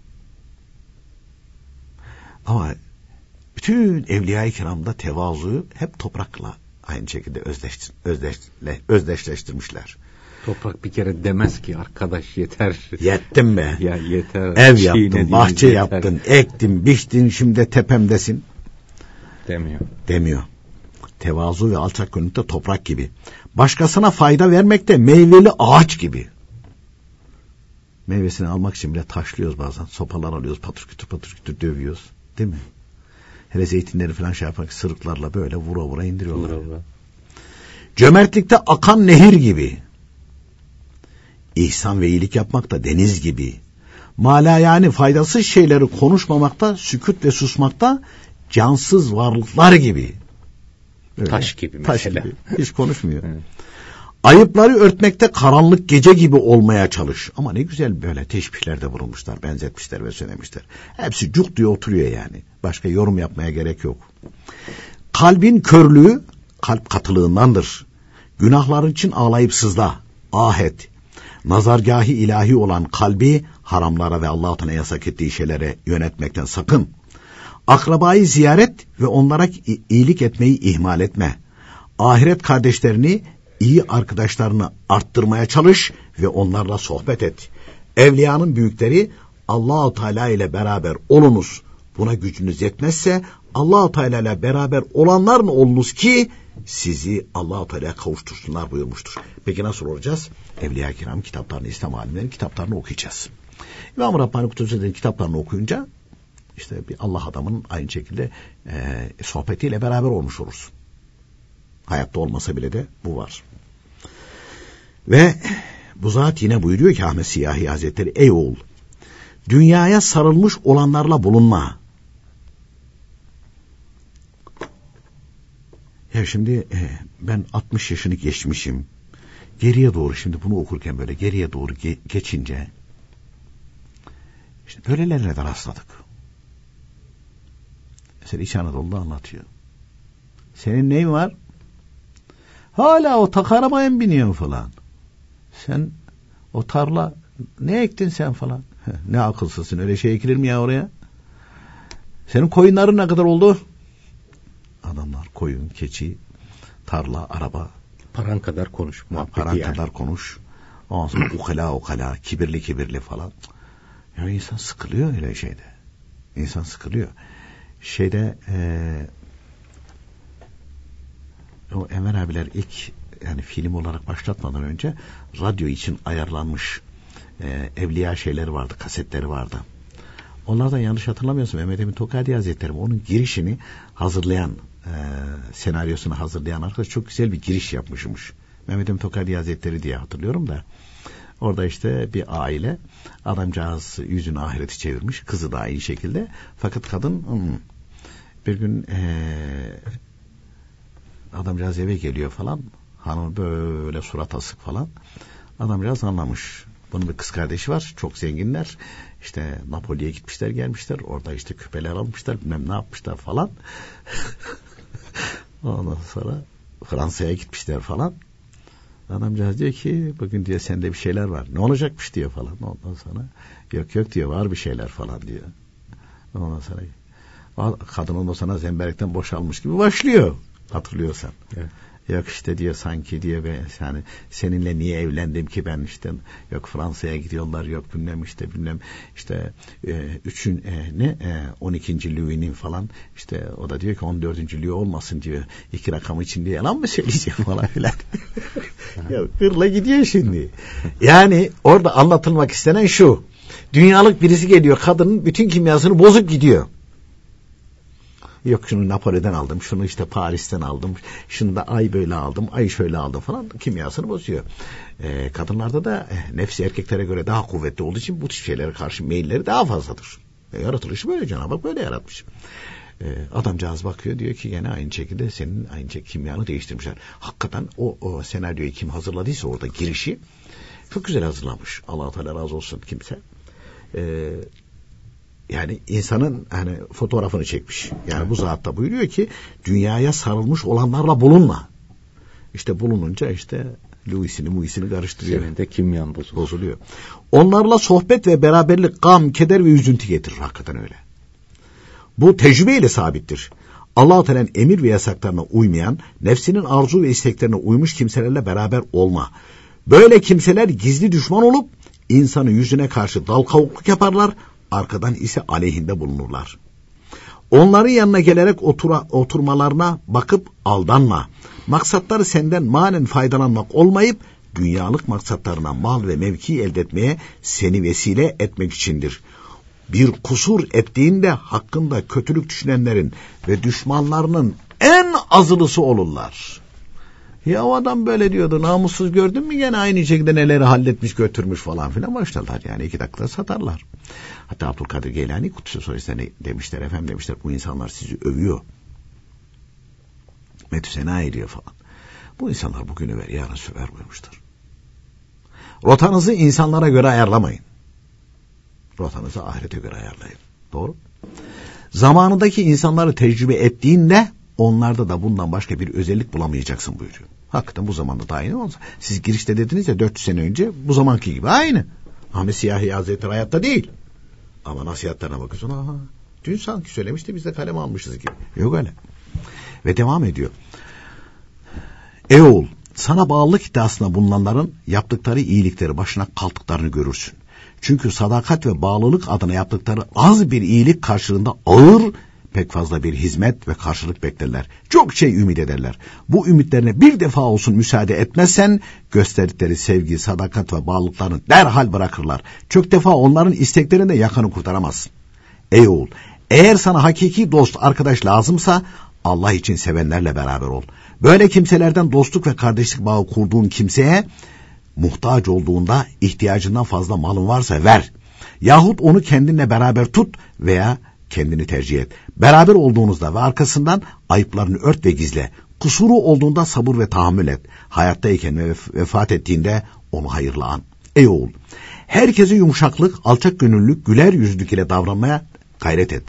Ama bütün Evliya-i Kiram'da tevazuyu hep toprakla aynı şekilde özdeşleştirmişler. Toprak bir kere demez ki arkadaş yeter. Yettim be. Ya yeter. Ev yaptın, bahçe yaptın, ektin, biçtin, şimdi tepemdesin. Demiyor. Tevazu ve alçak gönüllülükte toprak gibi. Başkasına fayda vermekte meyveli ağaç gibi. Meyvesini almak için bile taşlıyoruz bazen. Sopalar alıyoruz, patır kütür dövüyoruz. Değil mi? Hele zeytinleri falan şey yaparak sırıklarla böyle vura indiriyorlar. Vura. Cömertlikte akan nehir gibi. İhsan ve iyilik yapmakta deniz gibi. Yani faydasız şeyleri konuşmamakta, sükût ve susmakta cansız varlıklar gibi. Öyle. Taş gibi mesela. Taş gibi. Hiç konuşmuyor. Evet. Ayıpları örtmekte karanlık gece gibi olmaya çalış. Ama ne güzel böyle teşbihlerde vurulmuşlar, benzetmişler ve söylemişler. Hepsi cuk diye oturuyor yani. Başka yorum yapmaya gerek yok. Kalbin körlüğü kalp katılığındandır. Günahların için ağlayıp sızla, ah et. Nazargâhi ilahi olan kalbi haramlara ve Allah-u Teala yasak ettiği şeylere yönetmekten sakın. Akrabayı ziyaret ve onlara iyilik etmeyi ihmal etme. Ahiret kardeşlerini, iyi arkadaşlarını arttırmaya çalış ve onlarla sohbet et. Evliyanın büyükleri Allah-u Teala ile beraber olunuz. Buna gücünüz yetmezse Allah-u Teala ile beraber olanların olunuz ki sizi Allah-u Teala'ya kavuştursunlar buyurmuştur. Peki nasıl olacağız? Evliya-i Kiram kitaplarını, İslam alimlerinin kitaplarını okuyacağız. İmam-ı Rabbani Kutlusu'nun kitaplarını okuyunca işte bir Allah adamının aynı şekilde sohbetiyle beraber olmuş olursun. Hayatta olmasa bile de bu var. Ve bu zat yine buyuruyor ki Ahmet Siyahi Hazretleri, ey oğul, dünyaya sarılmış olanlarla bulunma. Ya şimdi ben 60 yaşını geçmişim. Geriye doğru şimdi bunu okurken böyle geriye doğru geçince işte böylelerine de rastladık. Mesela İç Anadolu'da anlatıyor. Senin neyin var? Hala o arabaya mı biniyorsun falan? Sen o tarla ne ektin sen falan? Ne akılsızsın, öyle şey ekilir mi ya oraya? Senin koyunların ne kadar oldu? Adamlar koyun, keçi, tarla, araba. Paran kadar konuş. Paran kadar konuş. Ondan sonra ukala, kibirli falan. Ya insan sıkılıyor öyle şeyde. İnsan sıkılıyor. O Enver abiler ilk yani film olarak başlatmadan önce radyo için ayarlanmış evliya şeyleri vardı, kasetleri vardı. Onlardan yanlış hatırlamıyorsam Mehmet Emin Tokadi Hazretleri onun girişini hazırlayan, senaryosunu hazırlayan arkadaş çok güzel bir giriş yapmışmış. Mehmet Emin Tokadi Hazretleri diye hatırlıyorum da orada işte bir aile, adamcağız yüzünü ahireti çevirmiş, kızı da aynı şekilde, fakat kadın bir gün adamcağız eve geliyor falan, hanım böyle surat asık falan, adamcağız anlamış. Bunun bir kız kardeşi var, çok zenginler, işte Napoli'ye gitmişler gelmişler, orada işte küpeler almışlar, bilmem ne yapmışlar falan. Ondan sonra Fransa'ya gitmişler falan. Adamcağız diyor ki bugün diyor sende bir şeyler var, ne olacakmış diyor falan. Ondan sonra yok diyor, var bir şeyler falan diyor. Ondan sonra kadın ondan sonra zemberekten boşalmış gibi başlıyor, hatırlıyorsan. Evet. Yok işte diyor, sanki diyor ben yani seninle niye evlendim ki ben, işte yok Fransa'ya gidiyorlar, yok bilmem işte 12. Louis'nin falan, işte o da diyor ki 14. Louis olmasın diyor, 2 rakamı için diye yalan mı söyleyeceğim falan filan. Ya hırla gidiyor şimdi. Yani orada anlatılmak istenen şu: dünyalık birisi geliyor, kadının bütün kimyasını bozup gidiyor. Yok şunu Napoli'den aldım, şunu işte Paris'ten aldım, şunu da ay böyle aldım, ay şöyle aldım falan, kimyasını bozuyor. Kadınlarda da nefsi erkeklere göre daha kuvvetli olduğu için bu tip şeylere karşı meyilleri daha fazladır. Yaratılışı böyle, Cenab-ı Hak böyle yaratmış. Adamcağız bakıyor, diyor ki gene aynı şekilde senin aynı kimyanı değiştirmişler. Hakikaten o senaryoyu kim hazırladıysa orada girişi çok güzel hazırlamış. Allah-u Teala razı olsun kimse. Yani insanın hani fotoğrafını çekmiş. Yani bu zat da buyuruyor ki dünyaya sarılmış olanlarla bulunma. İşte bulununca işte Louis'ini karıştırıyor. Senin de kimyan bozuluyor. Onlarla sohbet ve beraberlik gam, keder ve üzüntü getirir. Hakikaten öyle. Bu tecrübeyle sabittir. Allah-u Teala'nın emir ve yasaklarına uymayan, nefsinin arzu ve isteklerine uymuş kimselerle beraber olma. Böyle kimseler gizli düşman olup insanın yüzüne karşı dal kavukluk yaparlar, arkadan ise aleyhinde bulunurlar. Onların yanına gelerek oturmalarına bakıp aldanma. Maksatları senden manen faydalanmak olmayıp dünyalık maksatlarına mal ve mevki elde etmeye seni vesile etmek içindir. Bir kusur ettiğinde hakkında kötülük düşünenlerin ve düşmanlarının en azılısı olurlar. Ya o adam böyle diyordu, namussuz, gördün mü gene aynı şekilde neleri halletmiş götürmüş falan filan başlarlar. Yani 2 dakikada satarlar. Hatta Abdülkadir Geylani Kutsi Soyislerine demişler, efendim demişler, bu insanlar sizi övüyor. Metüsena ediyor falan. Bu insanlar bugün över yarın söver buyurmuşlar. Rotanızı insanlara göre ayarlamayın. Rotanızı ahirete göre ayarlayın. Doğru. Zamanındaki insanları tecrübe ettiğinde onlarda da bundan başka bir özellik bulamayacaksın buyuruyor. Hakikaten bu zamanda da aynı olsa. Siz girişte dediniz ya 400 sene önce, bu zamanki gibi aynı. Ahmet Siyahi Hazretleri hayatta değil. Ama nasihatlerine bakıyorsun. Aha, dün sanki söylemişti, biz de kalem almışız gibi. Yok öyle. Ve devam ediyor. Ey oğul, sana bağlılık iddiasına bulunanların yaptıkları iyilikleri başına kalktıklarını görürsün. Çünkü sadakat ve bağlılık adına yaptıkları az bir iyilik karşılığında ağır, pek fazla bir hizmet ve karşılık beklerler. Çok şey ümit ederler. Bu ümitlerine bir defa olsun müsaade etmezsen gösterdikleri sevgi, sadakat ve bağlılıklarını derhal bırakırlar. Çok defa onların isteklerinde yakanı kurtaramazsın. Ey oğul, eğer sana hakiki dost, arkadaş lazımsa Allah için sevenlerle beraber ol. Böyle kimselerden dostluk ve kardeşlik bağı kurduğun kimseye muhtaç olduğunda ihtiyacından fazla malın varsa ver. Yahut onu kendinle beraber tut veya kendini tercih et. Beraber olduğunuzda ve arkasından ayıplarını ört ve gizle. Kusuru olduğunda sabır ve tahammül et. Hayattayken ve vefat ettiğinde onu hayırla an. Ey oğul, herkese yumuşaklık, alçak gönüllülük, güler yüzlülük ile davranmaya gayret et.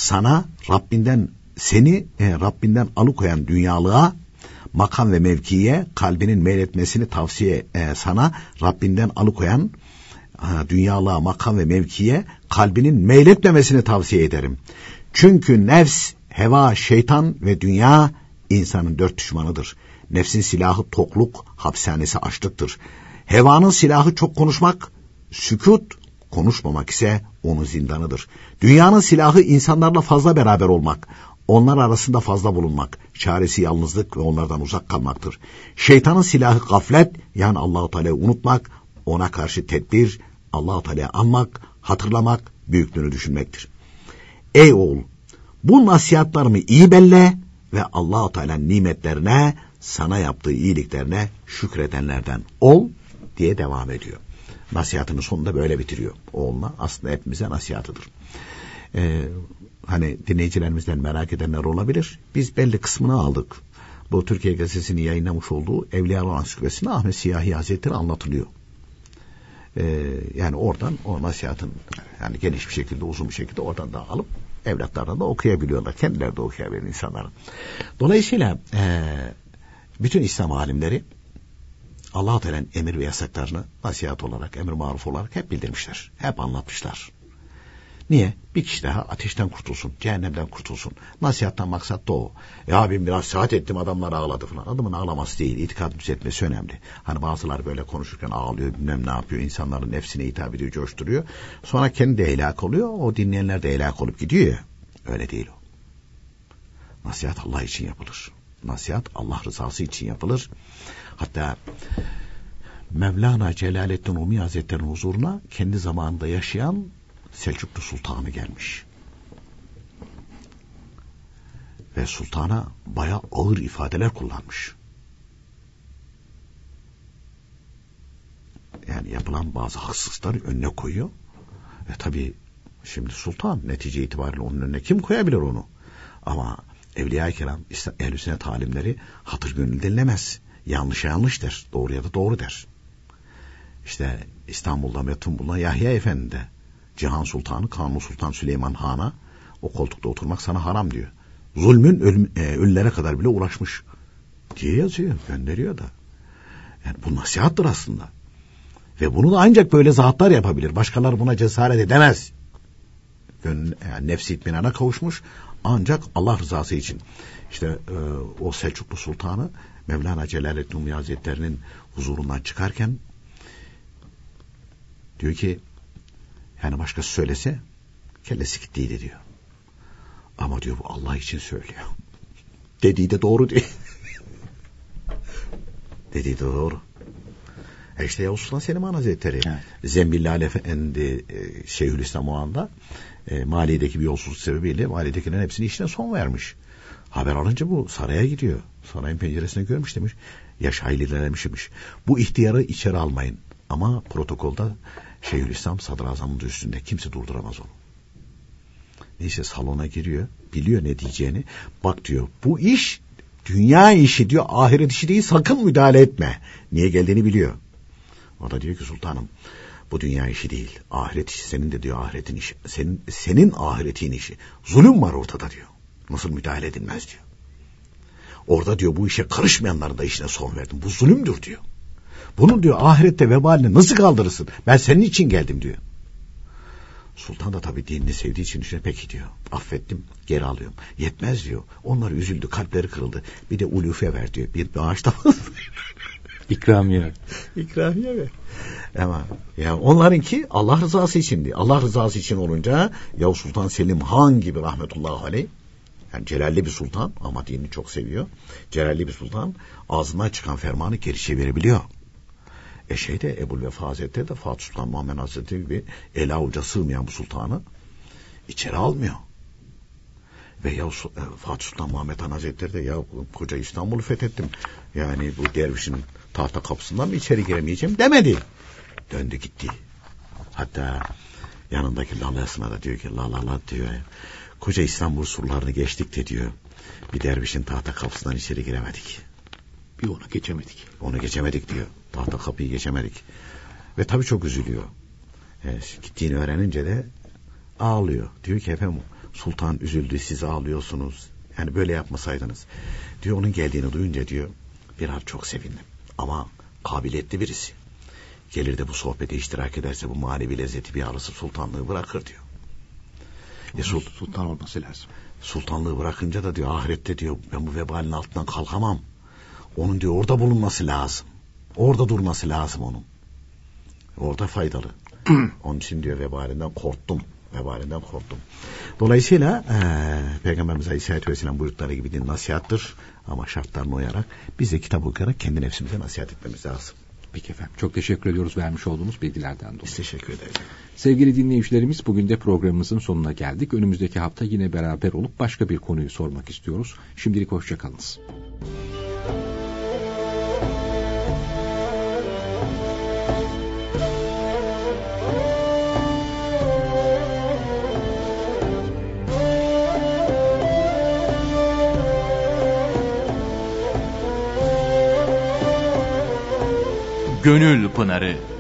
Seni Rabbinden alıkoyan dünyalığa, makam ve mevkiye kalbinin meyletmesini tavsiye sana Rabbinden alıkoyan dünyalığa, makam ve mevkiye kalbinin meyletmemesini tavsiye ederim. Çünkü nefs, heva, şeytan ve dünya insanın 4 düşmanıdır. Nefsin silahı tokluk, hapishanesi açlıktır. Hevanın silahı çok konuşmak, sükut, konuşmamak ise onun zindanıdır. Dünyanın silahı insanlarla fazla beraber olmak, onlar arasında fazla bulunmak, çaresi yalnızlık ve onlardan uzak kalmaktır. Şeytanın silahı gaflet, yani Allah-u Teala'yı unutmak, ona karşı tedbir, Allah-u Teala'yı anmak, hatırlamak, büyüklüğünü düşünmektir. Ey oğul, bu nasihatlarımı iyi belle ve Allah-u Teala'nın nimetlerine, sana yaptığı iyiliklerine şükredenlerden ol diye devam ediyor. Nasihatının sonunda böyle bitiriyor. Oğluna aslında hepimize nasihatıdır. Hani dinleyicilerimizden merak edenler olabilir. Biz belli kısmını aldık. Bu Türkiye Gazetesi'nin yayınlamış olduğu Evliyalar Ansiklopedisi'nde Ahmet Siyahi Hazretleri anlatılıyor. Yani oradan o nasihatın yani geniş bir şekilde, uzun bir şekilde oradan da alıp evlatlarına da okuyabiliyorlar. Kendileri de okuyabilir insanların. Dolayısıyla bütün İslam alimleri Allah-u Teala'nın emir ve yasaklarını nasihat olarak, emir maruf olarak hep bildirmişler. Hep anlatmışlar. Niye? Bir kişi daha ateşten kurtulsun, cehennemden kurtulsun. Nasihattan maksat da o. Abim biraz nasihat ettim, adamlar ağladı falan. Adamın ağlaması değil, itikad düzeltmesi önemli. Hani bazıları böyle konuşurken ağlıyor, bilmem ne yapıyor, insanların nefsine hitap ediyor, coşturuyor. Sonra kendi de helak oluyor, o dinleyenler de helak olup gidiyor ya. Öyle değil o. Nasihat Allah için yapılır. Nasihat Allah rızası için yapılır. Hatta Mevlana Celaleddin Rumi Hazretleri'nin huzuruna kendi zamanında yaşayan Selçuklu Sultanı gelmiş. Ve sultana bayağı ağır ifadeler kullanmış. Yani yapılan bazı haksızlıkları önüne koyuyor. Tabii şimdi sultan netice itibariyle onun önüne kim koyabilir onu? Ama Evliya-i Kiram, Ehl-i Sünnet alimleri hatır gönül dinlemez. Yanlışa yanlış der, doğruya da doğru der. İşte İstanbul'da metfun bulunan Yahya Efendi de Cihan Sultanı Kanuni Sultan Süleyman Han'a o koltukta oturmak sana haram diyor. Zulmün ölülere kadar bile ulaşmış diye yazıyor, gönderiyor da. Yani bu nasihattır aslında. Ve bunu da ancak böyle zatlar yapabilir. Başkaları buna cesaret edemez. Yani nefsi itminana kavuşmuş ancak Allah rızası için. İşte o Selçuklu Sultanı Mevlana Celaleddin Rumi Hazretleri'nin huzurundan çıkarken diyor ki yani başkası söylese kellesi gittiydi diyor. Ama diyor bu Allah için söylüyor. Dediği de doğru diyor. Dediği de doğru. İşte Yavuz Sultan Selim Han Hazretleri, evet. Zembillal Efendi Şeyhülislam o anda maliyedeki bir yolsuzluk sebebiyle maliyedekilerin hepsini işine son vermiş. Haber alınca bu saraya gidiyor. Sarayın penceresine görmüş demiş. Yaş hayli ilerlemişmiş. Bu ihtiyarı içeri almayın. Ama protokolda Şeyhülislam Sadrazam'ın üstünde. Kimse durduramaz onu. Neyse salona giriyor. Biliyor ne diyeceğini. Bak diyor bu iş dünya işi diyor. Ahiret işi değil, sakın müdahale etme. Niye geldiğini biliyor. O da diyor ki sultanım bu dünya işi değil. Ahiret işi senin de diyor ahiretin işi. Senin ahiretin işi. Zulüm var ortada diyor. Nasıl müdahale edilmez diyor. Orada diyor bu işe karışmayanların da işine son verdim. Bu zulümdür diyor. Bunun diyor ahirette vebalini nasıl kaldırırsın? Ben senin için geldim diyor. Sultan da tabii dinini sevdiği için işte peki diyor. Affettim, geri alıyorum. Yetmez diyor. Onlar üzüldü, kalpleri kırıldı. Bir de ulufe ver diyor. Bir bağış da İkramiye. İkramiye ver. Ama yani onlarınki Allah rızası içindi. Allah rızası için olunca Yavuz Sultan Selim Han gibi rahmetullahi aleyh, yani celalli bir sultan ama dinini çok seviyor. Celalli bir sultan ağzından çıkan fermanı geri çevirebiliyor. Şeyde Ebu'l-Vefa Hazretleri de Fatih Sultan Muhammed Hazretleri gibi ele avuca sığmayan bu sultanı içeri almıyor. Ve Fatih Sultan Muhammed Han Hazretleri de ya koca İstanbul'u fethettim. Yani bu dervişin tahta kapısından mı içeri giremeyeceğim demedi. Döndü gitti. Hatta yanındaki lalasına da diyor ki la diyor. Koca İstanbul surlarını geçtik de diyor. Bir dervişin tahta kapısından içeri giremedik. Bir onu geçemedik. Onu geçemedik diyor. Tahta kapıyı geçemedik. Ve tabii çok üzülüyor. Gittiğini öğrenince de ağlıyor. Diyor ki efendim sultan üzüldü, siz ağlıyorsunuz. Yani böyle yapmasaydınız. Diyor onun geldiğini duyunca diyor biraz çok sevindim. Ama kabiliyetli birisi. Gelir de bu sohbete iştirak ederse bu manevi lezzeti bir arası sultanlığı bırakır diyor. Sultan olması lazım. Sultanlığı bırakınca da diyor ahirette diyor ben bu vebalin altından kalkamam. Onun diyor orada bulunması lazım. Orada durması lazım onun. Orada faydalı. Onun için diyor vebalinden korktum. Dolayısıyla Peygamberimiz Aleyhisselatü Vesselam buyurdukları gibi din nasihattır. Ama şartlarına uyarak biz de kitap okuyarak kendi nefsimize nasihat etmemiz lazım. Peki efendim. Çok teşekkür ediyoruz vermiş olduğumuz bilgilerden dolayı. Biz teşekkür ederiz. Sevgili dinleyicilerimiz bugün de programımızın sonuna geldik. Önümüzdeki hafta yine beraber olup başka bir konuyu sormak istiyoruz. Şimdilik hoşçakalınız. Gönül Pınarı.